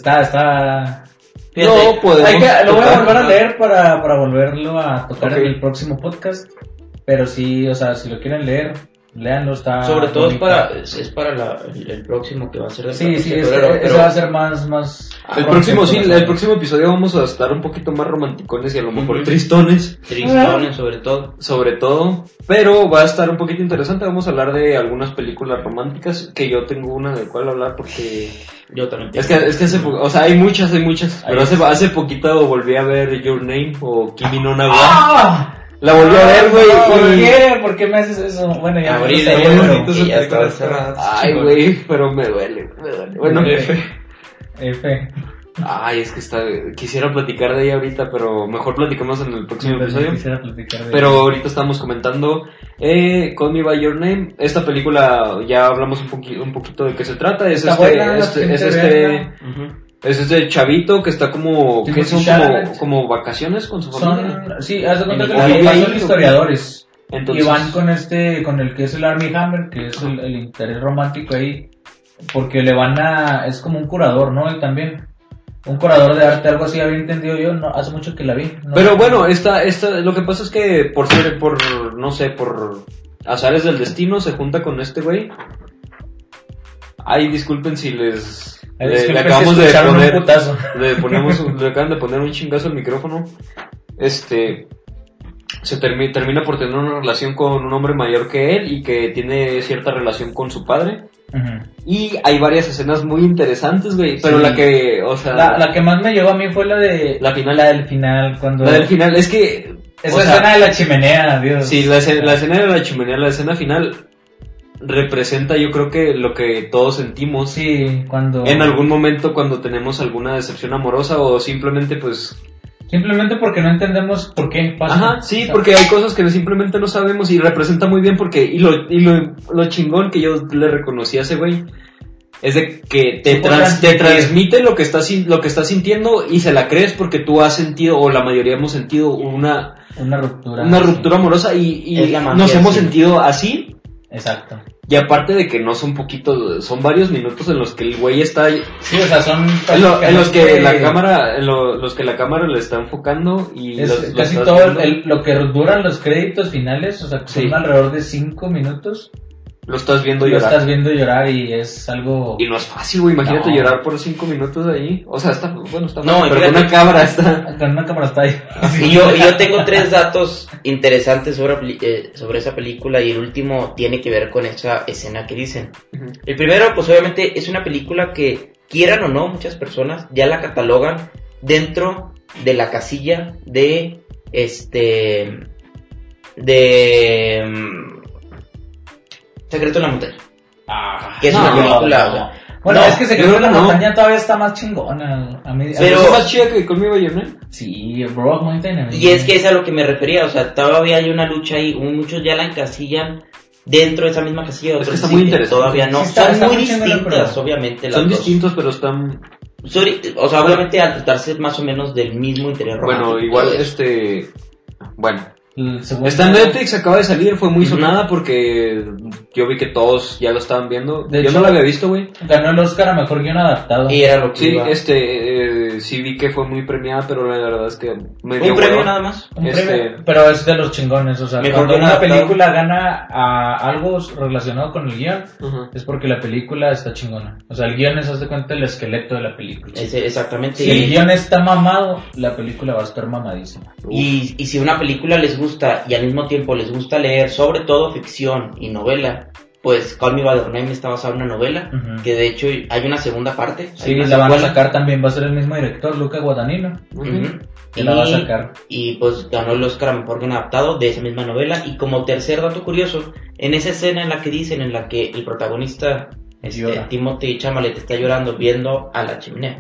Fíjate, no, podemos lo voy a volver a leer para volverlo a tocar en el próximo podcast. Pero sí, o sea, si lo quieren leer, léanlo, está... Sobre todo es para el próximo que va a ser... Sí, ese va a ser más... El próximo episodio vamos a estar un poquito más romanticones y a lo mejor tristones. Tristones, sobre todo. Pero va a estar un poquito interesante. Vamos a hablar de algunas películas románticas, que yo tengo una de cuál hablar porque... Yo también. Es que o sea, hay muchas. Pero hace poquito volví a ver Your Name o Kimi no Na wa. La volví a ver, güey. ¿Por qué? ¿Por qué me haces eso? Bueno, ya Abril, me gusta, muy pero- bonito, y ya estaba cerrado. Ay, güey, pero me duele. Bueno, F. ay, es que quisiera platicar de ella ahorita, pero mejor platicamos en el próximo episodio. Quisiera platicar de Pero ahorita estamos comentando Call Me By Your Name. Esta película ya hablamos un poquito de qué se trata. Es Está buena, la gente verla. es este chavito que está como Timothy que son Chalamet. como vacaciones con su familia. Sí, haz de cuenta que En los el papás Hawaii, son historiadores. Entonces, Y van con el que es el Armie Hammer, que es el interés romántico ahí. Porque es como un curador, ¿no? Él también. Un curador de arte, algo así había entendido yo, no, hace mucho que la vi. No, pero bueno, lo que pasa es que por azares del destino se junta con este güey. Ay, disculpen si le acabamos de poner un putazo. le acaban de poner un chingazo al micrófono. Termina por tener una relación con un hombre mayor que él y que tiene cierta relación con su padre. Uh-huh. Y hay varias escenas muy interesantes, güey. Pero Sí. la que, o sea, La que más me llegó a mí fue la del final, cuando... la del final, es que... Esa o sea, escena de la chimenea, Dios. sí, la escena de la chimenea, la escena final representa, yo creo que lo que todos sentimos Sí, cuando... en algún momento cuando tenemos alguna decepción amorosa o simplemente pues... Simplemente porque no entendemos por qué pasa. Ajá, sí, O sea, porque hay cosas que simplemente no sabemos y representa muy bien porque... Y lo chingón que yo le reconocí a ese güey es de que te transmite lo que estás sintiendo y se la crees porque tú has sentido, o la mayoría hemos sentido una ruptura amorosa y Es la magia, nos hemos sí. sentido así. Exacto. Y aparte de que no son son varios minutos en los que el güey está Sí, o sea, son... en los que la cámara le está enfocando y Es lo casi estás todo viendo. lo que duran los créditos finales, o sea, que Sí. son alrededor de 5 minutos. Lo estás viendo Lo llorar. estás viendo llorar y es algo... Y no es fácil, güey, imagínate No. llorar por 5 minutos ahí. O sea, está No, fácil, pero fíjate. con una cámara está... Con una cámara está ahí. Y yo tengo 3 datos interesantes sobre esa película y el último tiene que ver con esa escena que dicen. El primero, pues obviamente es una película que, quieran o no, muchas personas ya la catalogan dentro de la casilla de Secreto en la Montaña. Que es una película, o sea, Bueno, no, es que yo Secreto creo en la que no. Montaña todavía está más chingona. A mí, Pero- ¿Es más chida que Call Me By Your Name? sí, Brokeback Mountain. a mí- Y es que es a lo que me refería, o sea, todavía hay una lucha ahí, muchos ya la encasillan dentro de esa misma casilla, Es que otros está sí muy que interesante. todavía no, Sí, está son muy muy chingona, distintas, pero- obviamente las Son dos. distintos, pero están... O sea, obviamente al tratarse más o menos del mismo interés romántico. Bueno, igual pues, Bueno, El segundo- está en Netflix, acaba de salir, fue muy Ujú. sonada porque yo vi que todos ya lo estaban viendo. De Yo hecho, no la había visto, güey. Ganó el Oscar a Mejor Guión Adaptado. Y era lo que Sí, iba. sí vi que fue muy premiada, pero la verdad es que me Un dio premio hueva. nada más. Un Este- premio, pero es de los chingones, o sea, Mejor cuando guión una adaptado. película gana a algo relacionado con el guión, Ajá. es porque la película está chingona. O sea, el guión es, haz de cuenta, el esqueleto de la película. Exactamente. Si el guión está mamado, la película va a estar mamadísima. Y si una película les gusta y al mismo tiempo les gusta leer, sobre todo ficción y novela, pues Call Me By Your Name está basada en una novela, Ujú. que de hecho hay una segunda parte. Sí, hay una la van a secuela. sacar también, va a ser el mismo director, Luca Guadagnino, Ujú. que la va a sacar. Y pues ganó el Oscar a Mejor Guión Adaptado de esa misma novela. Y como tercer dato curioso, en esa escena en la que dicen, en la que el protagonista, Llora. Timothy Chalamet, está llorando viendo a la chimenea.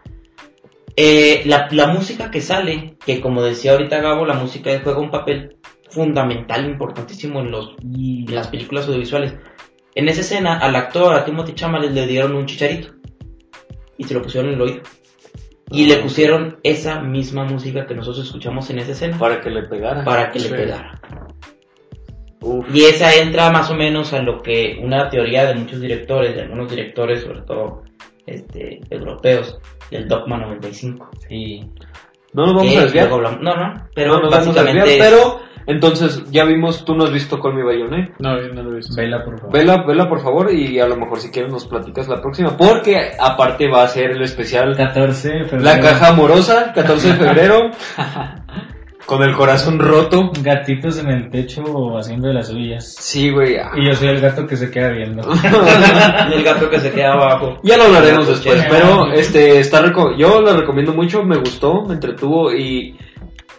La música que sale, que como decía ahorita Gabo, la música juega un papel fundamental, importantísimo en las películas audiovisuales. En esa escena, al actor, a Timothy Chalamet, le dieron un chicharito y se lo pusieron en el oído. Y le pusieron esa misma música que nosotros escuchamos en esa escena Para que le pegara. para que Sí. le pegara. Uf. Y esa entra más o menos a lo que una teoría de muchos directores, de algunos directores, sobre todo europeos, del Dogma 95. Sí. No nos vamos que a desviar. luego hablamos- no, pero No nos vamos a básicamente desviar, pero entonces ya vimos, tú no has visto Call Me By Your Name. No, yo no lo he visto. Vela, por favor. Vela por favor y a lo mejor si quieres nos platicas la próxima, porque aparte va a ser el especial 14 de febrero. La Caja Amorosa, 14 de febrero, con el corazón roto. Gatitos en el techo haciendo de las suyas. Sí, güey. Y yo soy el gato que se queda viendo. y el gato que se queda abajo. Ya lo hablaremos después, Sí. pero yo la recomiendo mucho, me gustó, me entretuvo y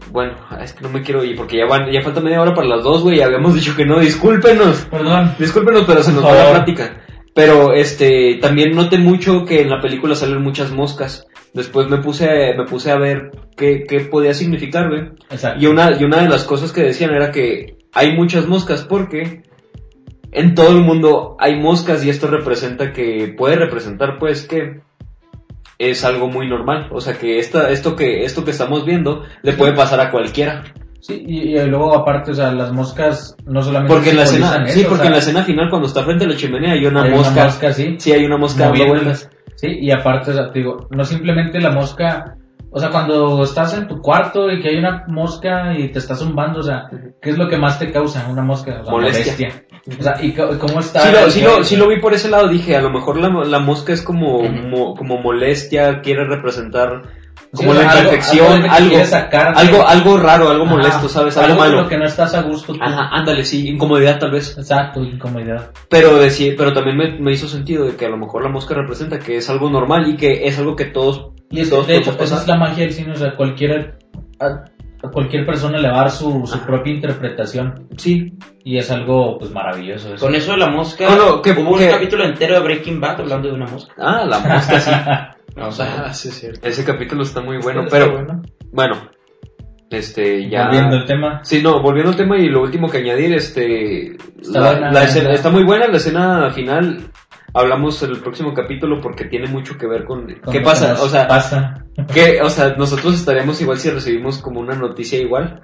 bueno, es que no me quiero ir porque ya falta media hora para las 2, güey, habíamos dicho que no, discúlpenos, pero se nos va la plática. Pero también noté mucho que en la película salen muchas moscas. Después me puse a ver qué podía significar, güey. Exacto. Y una de las cosas que decían era que hay muchas moscas porque en todo el mundo hay moscas y esto puede representar pues que es algo muy normal, o sea que esto que estamos viendo le puede pasar a cualquiera. Sí, y luego aparte, o sea, las moscas no solamente porque en la escena, simbolizan sí, eso, porque o sea, en la escena final cuando está frente a la chimenea hay una hay mosca. una mosca, sí. Sí, hay una mosca dando moviéndolas. vueltas. Sí, y aparte, o sea, te digo, no simplemente la mosca, o sea, cuando estás en tu cuarto y que hay una mosca y te está zumbando, o sea, ¿qué es lo que más te causa una mosca? O sea, molestia. O sea, ¿y cómo está? Sí lo vi por ese lado, dije, a lo mejor la mosca es como molestia, quiere representar como la imperfección, algo raro, algo molesto, ¿sabes? Algo malo. Lo que no estás a gusto tú. Ajá, ándale, sí, incomodidad tal vez. Exacto, incomodidad. Pero también me hizo sentido de que a lo mejor la mosca representa que es algo normal y que es algo que todos... Y es que, de hecho, esa es la magia del cine, o sea, a cualquier persona le va a dar su propia interpretación. Sí. Y es algo, pues, maravilloso. Eso. Con eso de la mosca, hubo un capítulo entero de Breaking Bad hablando de una mosca. Ah, la mosca, sí. No, o sea, sí, es cierto. Ese capítulo está muy bueno, Está pero... bueno. Ya... Volviendo al tema. Sí, volviendo al tema y lo último que añadir, la escena está muy buena, la escena final... Hablamos en el próximo capítulo porque tiene mucho que ver con qué pasa, o sea, nosotros estaríamos igual si recibimos como una noticia igual.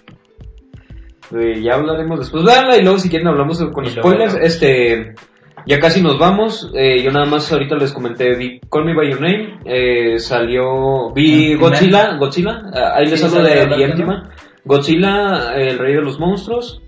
Ya hablaremos después, véanla y luego si quieren hablamos con spoilers. Ya casi nos vamos. Yo nada más ahorita les comenté, vi Call Me By Your Name, vi Godzilla, ahí les hablo de The Empty Man. Godzilla, el rey de los monstruos.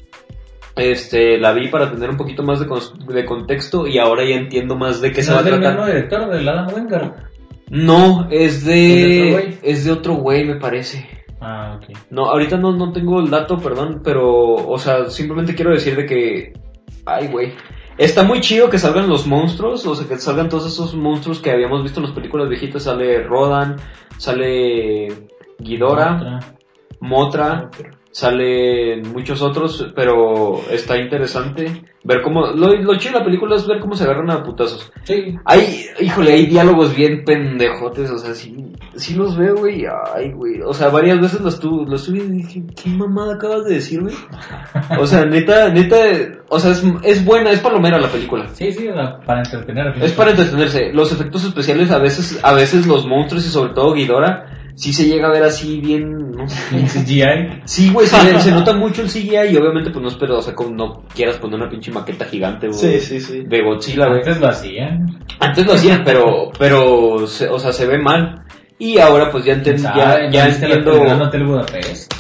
La vi para tener un poquito más de contexto y ahora ya entiendo más de qué se va a tratar. ¿No es del mismo director del Adam Wingard? No, es de otro güey, me parece. Ah, ok. No, ahorita no tengo el dato, perdón, pero, o sea, simplemente quiero decir de que, ay, güey, está muy chido que salgan los monstruos, o sea, que salgan todos esos monstruos que habíamos visto en las películas viejitas. Sale Rodan, sale Ghidorah, Mothra. Salen muchos otros, pero está interesante ver cómo... Lo chido de la película es ver cómo se agarran a putazos. Sí. Hay diálogos bien pendejotes, o sea, sí los veo, güey. Ay, güey. O sea, varias veces los tuve y dije, ¿qué mamada acabas de decir, güey? O sea, neta, o sea, es buena, es palomera la película. Sí, para entretener. Es para entretenerse. Los efectos especiales a veces los monstruos y sobre todo Ghidorah sí se llega a ver así bien, no sé. ¿En CGI? Sí, güey, se nota mucho el CGI y obviamente pues no espero, o sea, como no quieras poner una pinche maqueta gigante, güey. Sí. De Godzilla, güey. Antes lo hacían, pero, o sea, se ve mal. Y ahora pues ya entiendo. El Hotel Budapest.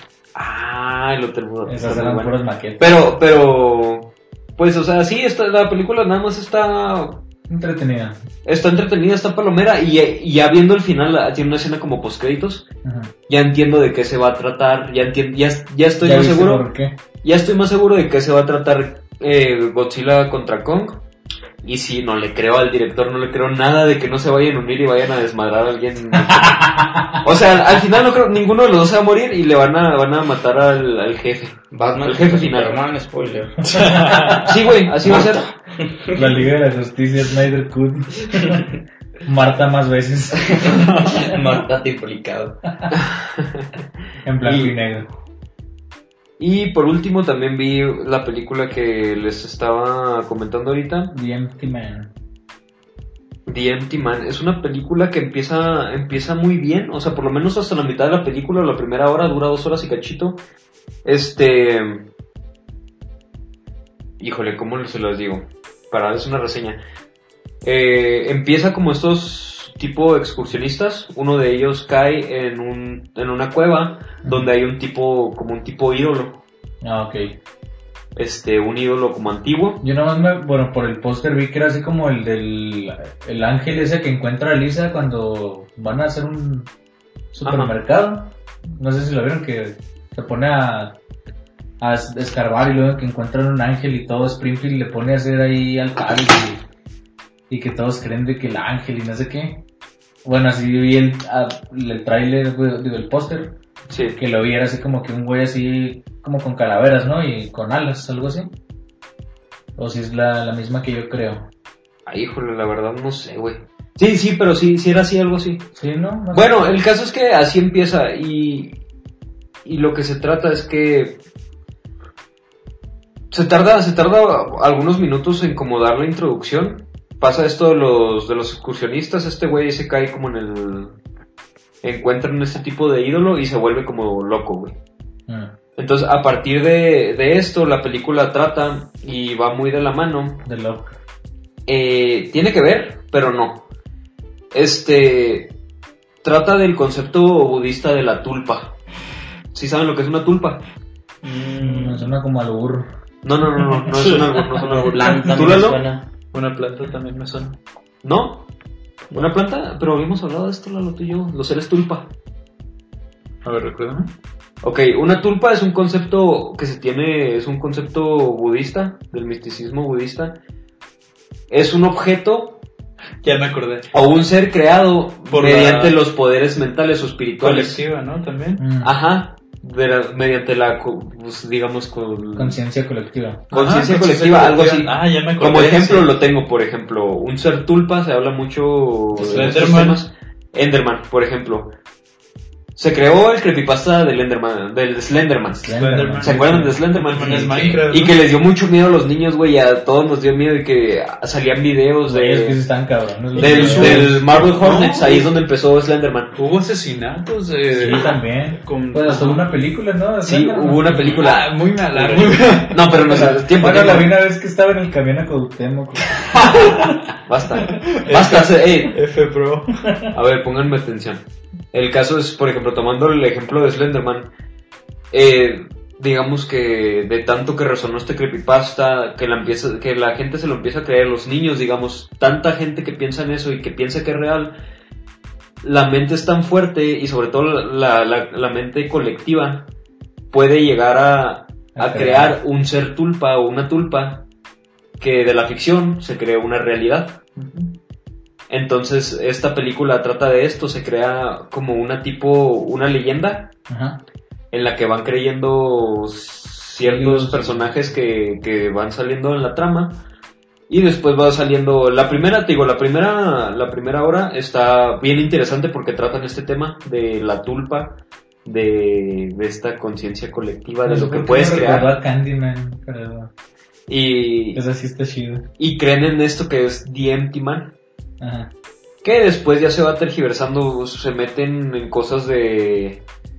El Hotel Budapest. Esas eran puras maquetas. Pero, pues, o sea, sí, la película nada más está... Entretenida, está palomera y ya viendo el final tiene una escena como postcréditos. Ajá. Ya entiendo de qué se va a tratar, ya estoy más seguro. ¿Por qué? Ya estoy más seguro de que se va a tratar Godzilla contra Kong. Y sí, no le creo al director, no le creo nada de que no se vayan a unir y vayan a desmadrar a alguien. O sea, al final no creo, ninguno de los dos se va a morir y le van a matar al jefe. Batman, el jefe final. Superman, spoiler. Sí, güey, así va a ser. La Liga de la Justicia, Snyder Cut. Marta más veces. Marta triplicado. En blanco y negro. Y por último también vi la película que les estaba comentando ahorita. The Empty Man. The Empty Man. Es una película que empieza muy bien. O sea, por lo menos hasta la mitad de la película, la primera hora, dura 2 horas y cachito. Híjole, ¿cómo se los digo? Para darles una reseña. Empieza como estos tipo excursionistas. Uno de ellos cae en una cueva donde hay un tipo ídolo. Ah, ok. Un ídolo como antiguo. Yo nada más por el póster vi que era así como el ángel ese que encuentra a Lisa cuando van a hacer un supermercado. Ajá. No sé si lo vieron, que se pone a escarbar y luego que encuentran un ángel y todo Springfield le pone a hacer ahí altares y que todos creen de que el ángel y no sé qué. Bueno, así vi el tráiler, digo, el póster. Sí. Que lo vi, era así como que un güey así, como con calaveras, ¿no? Y con alas, algo así. O si es la misma que yo creo. Ay, híjole, la verdad no sé, güey. Sí, pero sí era así, algo así. Sí, ¿no? Más Bueno, el caso es que así empieza y lo que se trata es que se tarda algunos minutos en como dar la introducción. Pasa esto de los excursionistas, este güey se cae como encuentran este tipo de ídolo y se vuelve como loco, güey. Entonces, a partir de esto, la película trata y va muy de la mano. de loco. Tiene que ver, pero no. Trata del concepto budista de la tulpa. ¿Sí saben lo que es una tulpa? Me suena como al burro. No es un árbol, no es un árbol. Planta, ¿Tú, me Lalo? suena. Una planta también me suena. ¿No? ¿Una planta? Pero habíamos hablado de esto, Lalo, tú y yo. Los seres tulpa. A ver, recuérdame. Ok, una tulpa es un concepto que se tiene, es un concepto budista, del misticismo budista. Es un objeto Ya me acordé. o un ser creado Por mediante la- los poderes mentales o espirituales. Colectiva, ¿no? También. Ajá, mediante la, pues, digamos, Conciencia colectiva. conciencia Ajá, colectiva, algo así. Ah, ya me acordé. Como ejemplo sí. lo tengo, por ejemplo, un ser tulpa, se habla mucho de estos Slenderman. temas. Enderman, por ejemplo. Se creó el creepypasta del Slenderman. Slenderman. ¿Se acuerdan de Slenderman? Slenderman es Minecraft, Y ¿no? que les dio mucho miedo a los niños, güey, a todos nos dio miedo y que salían videos Güey, es que sí de están cabrones. del Marble No, Hornets, ahí es donde empezó Slenderman. Hubo asesinatos de... Sí, también. Con... Pues hasta una película, ¿no? Sí, hubo una película. Ah, muy mala. No, pero no sabes, tiempo, Bueno, la vi tiempo. una vez que estaba en el camión a Cuauhtémoc. Basta, F, bro. A ver, pónganme atención. El caso es, por ejemplo, tomando el ejemplo de Slenderman, digamos que de tanto que resonó este creepypasta, que la gente se lo empieza a creer, los niños, digamos, tanta gente que piensa en eso y que piensa que es real, la mente es tan fuerte y sobre todo la mente colectiva puede llegar a crear un ser tulpa o una tulpa que de la ficción se crea una realidad. Entonces esta película trata de esto, se crea como una leyenda Ajá. en la que van creyendo ciertos Sí. personajes que van saliendo en la trama y después va saliendo la primera hora está bien interesante porque tratan este tema de la tulpa, de esta conciencia colectiva, de lo que puedes crear A Candyman, pero y esa sí está chido. creen en esto que es The Empty Man. Ajá. Que después ya se va tergiversando, se meten en cosas de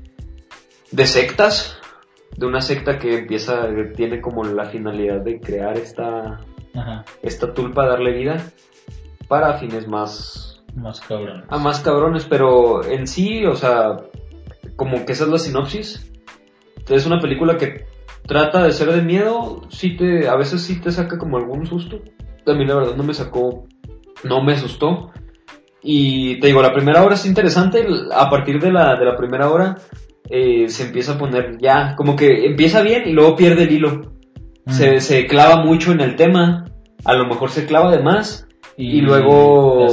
sectas, de una secta que tiene como la finalidad de crear esta tulpa, darle vida para fines más cabrones, pero en sí, o sea, como que esa es la sinopsis. Es una película que trata de ser de miedo, a veces sí te saca como algún susto. A mí la verdad no me asustó. Y te digo, la primera hora es interesante. A partir de la primera hora se empieza a poner ya, como que empieza bien y luego pierde el hilo. Se clava mucho en el tema. A lo mejor se clava de más. Y luego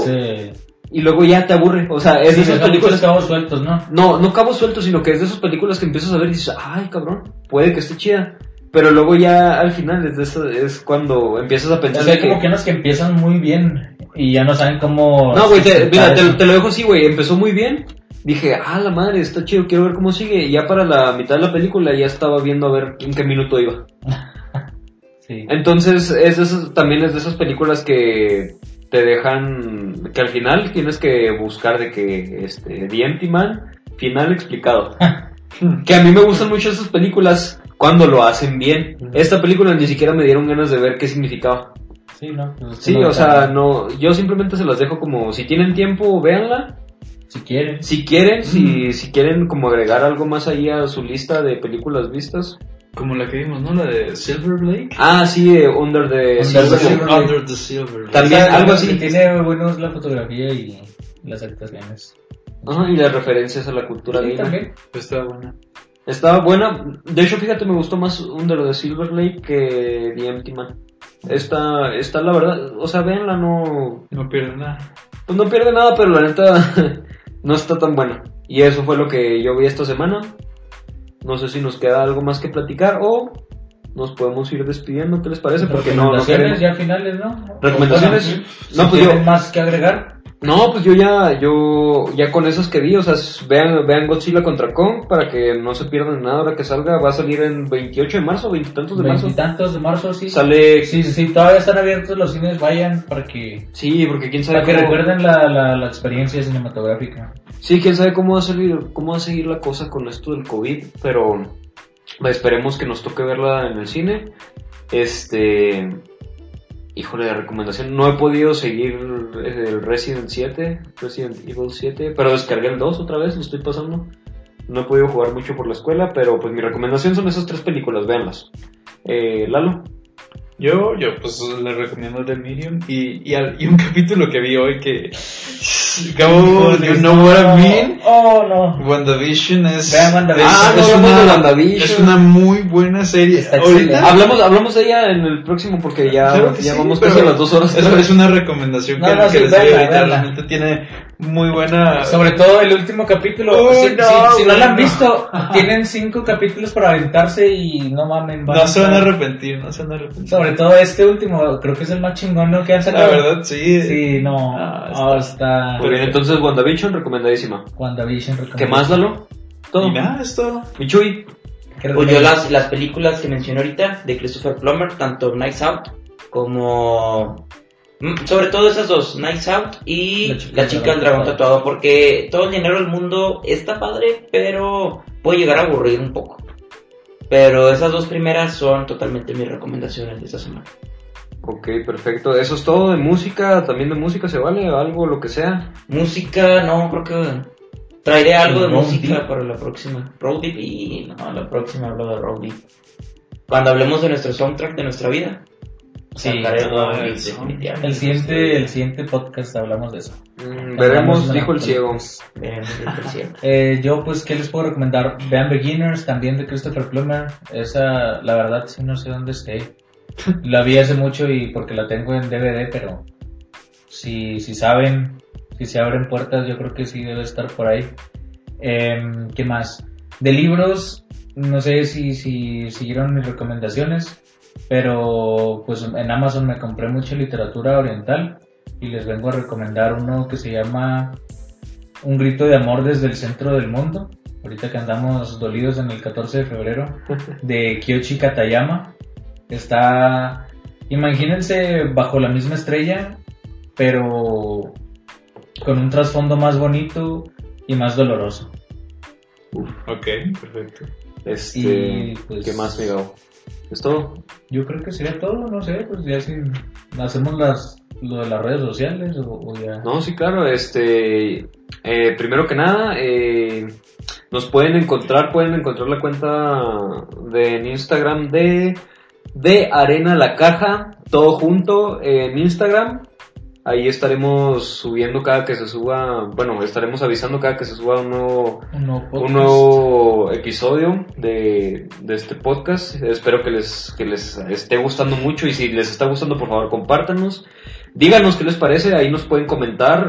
ya te aburre. O sea, es de esas películas. Cabos sueltos, ¿no? No cabos sueltos, sino que es de esas películas que empiezas a ver y dices, ay cabrón, puede que esté chida. Pero luego ya al final es cuando empiezas a pensar. O sea, como que unos que empiezan muy bien y ya no saben cómo. No, güey, mira, te lo dejo así, güey. Empezó muy bien. Dije, la madre, está chido, quiero ver cómo sigue. Y ya para la mitad de la película ya estaba viendo a ver en qué minuto iba. Sí. Entonces, también es de esas películas que te dejan, que al final tienes que buscar de que The Empty Man, final explicado. Que a mí me gustan mucho esas películas cuando lo hacen bien. Esta película ni siquiera me dieron ganas de ver qué significaba. Sí, ¿no? Pues Sí, o sea, no, yo simplemente se las dejo como, si tienen tiempo, véanla. Si quieren. Si quieren, si quieren como agregar algo más ahí a su lista de películas vistas. Como la que vimos, ¿no? La de Silver Lake. Ah, sí, Under the Silver Lake. Under the Silver Lake. También O sea, algo que así. Tiene buenos la fotografía y las actuaciones. Ajá, y las referencias a la cultura Sí, gamer. también. Está buena. Estaba buena. De hecho, fíjate, me gustó más Under the Silver Lake que The Empty Man. Esta la verdad, o sea, véanla, No pierde nada. pues no pierde nada, pero la neta no está tan buena. Y eso fue lo que yo vi esta semana. No sé si nos queda algo más que platicar o nos podemos ir despidiendo. ¿Qué les parece? Porque no recomendaciones queremos... ya finales, ¿no? ¿Recomendaciones? Bueno, No, pues ¿tienen más que agregar? No, pues yo ya con esas que vi, o sea, vean Godzilla contra Kong para que no se pierdan nada ahora que salga. Va a salir en 28 de marzo, 20 y tantos de marzo. 20 y tantos de marzo, sí. Sale... Sí, todavía están abiertos los cines, vayan para que... Sí, porque quién sabe Para que recuerden la experiencia cinematográfica. Sí, quién sabe cómo va a seguir la cosa con esto del COVID, pero esperemos que nos toque verla en el cine. Híjole, de recomendación, no he podido seguir el Resident Evil 7, pero descargué el 2 otra vez, lo estoy pasando. No he podido jugar mucho por la escuela, pero pues mi recomendación son esas 3 películas, véanlas. Lalo. Yo pues les recomiendo The Medium y un capítulo que vi hoy que... you know what I mean? Oh, no. WandaVision es... Vean WandaVision. Es una muy buena serie. Ahorita Hablamos de ella en el próximo porque Claro que ya sí, vamos pero casi a las 2 horas. Es una recomendación que les doy ahorita. Realmente tiene muy buena... Sobre todo el último capítulo. Si no lo han visto, tienen 5 capítulos para aventarse y no mamen. No se van a arrepentir. Sobre todo este último, creo que es el más chingón, ¿no? Que han sacado. La verdad, sí. Sí, no. Está... Muy bien, entonces WandaVision, recomendadísima. WandaVision recomendadísima. ¿Qué más, Lalo? Todo. Y nada, es todo. Michuy. Pues yo las películas que mencioné ahorita de Christopher Plummer, tanto Knives Out como... Sobre todo esas dos, Knives Out y La chica del dragón tatuado, porque todo el dinero del mundo está padre, pero puede llegar a aburrir un poco. Pero esas 2 primeras son totalmente mis recomendaciones de esta semana. Ok, perfecto. Eso es todo de música. También de música se vale, algo, lo que sea. Música, no, creo que traeré algo de Road música Deep. para la próxima. Road Deep y no, la próxima hablo de Road Deep. Cuando hablemos de nuestro soundtrack de nuestra vida, sacaré Road Deep definitivamente. El siguiente podcast hablamos de eso. Veremos, dijo el ciego. Veremos el cielo. Yo pues, ¿qué les puedo recomendar? Vean Beginners, también de Christopher Plummer. Esa, la verdad, sí no sé dónde esté. La vi hace mucho y porque la tengo en DVD, pero si saben, si se abren puertas, yo creo que sí debe estar por ahí. ¿Qué más? De libros, no sé si siguieron mis recomendaciones, pero pues en Amazon me compré mucha literatura oriental y les vengo a recomendar uno que se llama Un grito de amor desde el centro del mundo, ahorita que andamos dolidos en el 14 de febrero, de Kyoichi Katayama. Está, imagínense, bajo la misma estrella, pero con un trasfondo más bonito y más doloroso. Ok, perfecto. Y, pues, ¿qué más, Miguel? ¿Es todo? Yo creo que sería todo, no sé, pues ya si hacemos lo de las redes sociales o ya... No, sí, claro, primero que nada, nos pueden encontrar la cuenta en Instagram de Arena La Caja, todo junto en Instagram. Ahí estaremos subiendo cada que se suba, estaremos avisando cada que se suba un nuevo episodio de este podcast. Espero que les esté gustando mucho y si les está gustando, por favor, compártanos. Díganos qué les parece, ahí nos pueden comentar,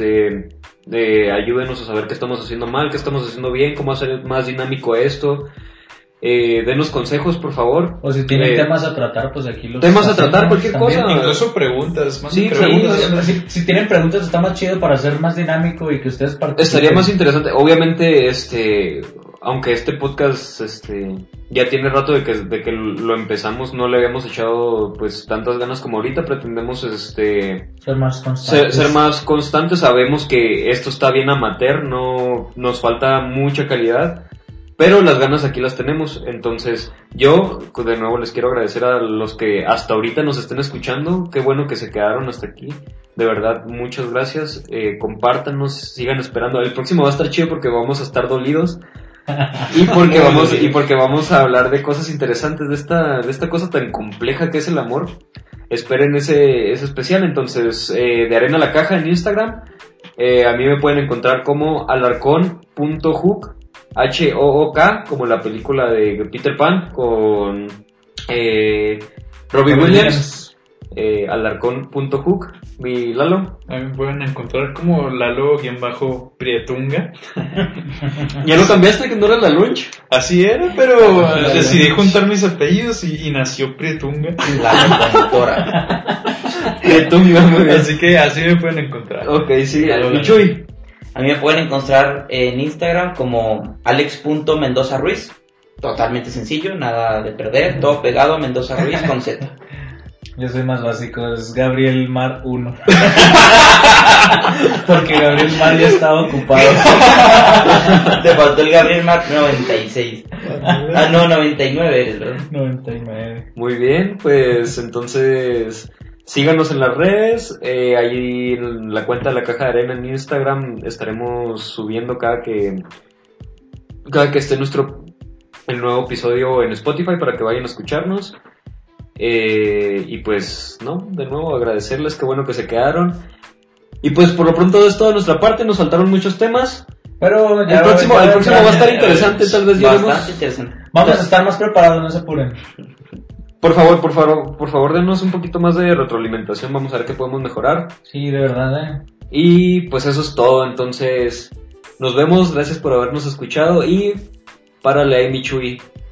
ayúdenos a saber qué estamos haciendo mal, qué estamos haciendo bien, cómo hacer más dinámico esto. Denos consejos, por favor. O si tienen temas a tratar, pues aquí los temas a tratar, cualquier también. cosa. Incluso preguntas. Sí, preguntas. Si tienen preguntas, está más chido para hacer más dinámico y que ustedes participen. Estaría más interesante. Obviamente, aunque este podcast ya tiene rato de que lo empezamos, no le habíamos echado pues tantas ganas como ahorita. Pretendemos ser más constantes. Ser más constantes. Sabemos que esto está bien amateur, no nos falta mucha calidad, pero las ganas aquí las tenemos. Entonces yo de nuevo les quiero agradecer a los que hasta ahorita nos estén escuchando. Qué bueno que se quedaron hasta aquí. De verdad, muchas gracias. Compártanos, sigan esperando. El próximo va a estar chido porque vamos a estar dolidos. Y porque vamos a hablar de cosas interesantes, de esta cosa tan compleja que es el amor. Esperen ese especial. Entonces, de Arena La Caja en Instagram. A mí me pueden encontrar como alarcón.hook, HOOK, como la película de Peter Pan con Robbie Williams. Alarcón.hook. mi Lalo. A mí me pueden encontrar como Lalo-Prietunga. ¿Ya lo cambiaste que no era la lunch? Así era, pero decidí juntar mis apellidos y nació Prietunga. La locutora. Prietunga, muy bien. Así que así me pueden encontrar. Ok, sí, Lalo, y Chuy. A mí me pueden encontrar en Instagram como alex.mendoza Ruiz. Totalmente sencillo, nada de perder, todo pegado, Mendoza Ruiz con Z. Yo soy más básico, es Gabriel Mar 1. Porque Gabriel Mar ya estaba ocupado. Te faltó el Gabriel Mar 96. Ah, no, 99 eres, ¿verdad? 99. Muy bien, pues entonces síganos en las redes, ahí en la cuenta de La Caja de Arena en Instagram estaremos subiendo cada que esté el nuevo episodio en Spotify para que vayan a escucharnos. Y pues, no, de nuevo agradecerles, qué bueno que se quedaron. Y pues por lo pronto es todo de nuestra parte, nos faltaron muchos temas. Pero ya El próximo va a estar interesante, tal vez Bastante lleguemos. interesante. Vamos a estar más preparados, no se apuren. Por favor, denos un poquito más de retroalimentación, vamos a ver qué podemos mejorar. Sí, de verdad, Y pues eso es todo, entonces nos vemos, gracias por habernos escuchado y párale ahí mi Chuy.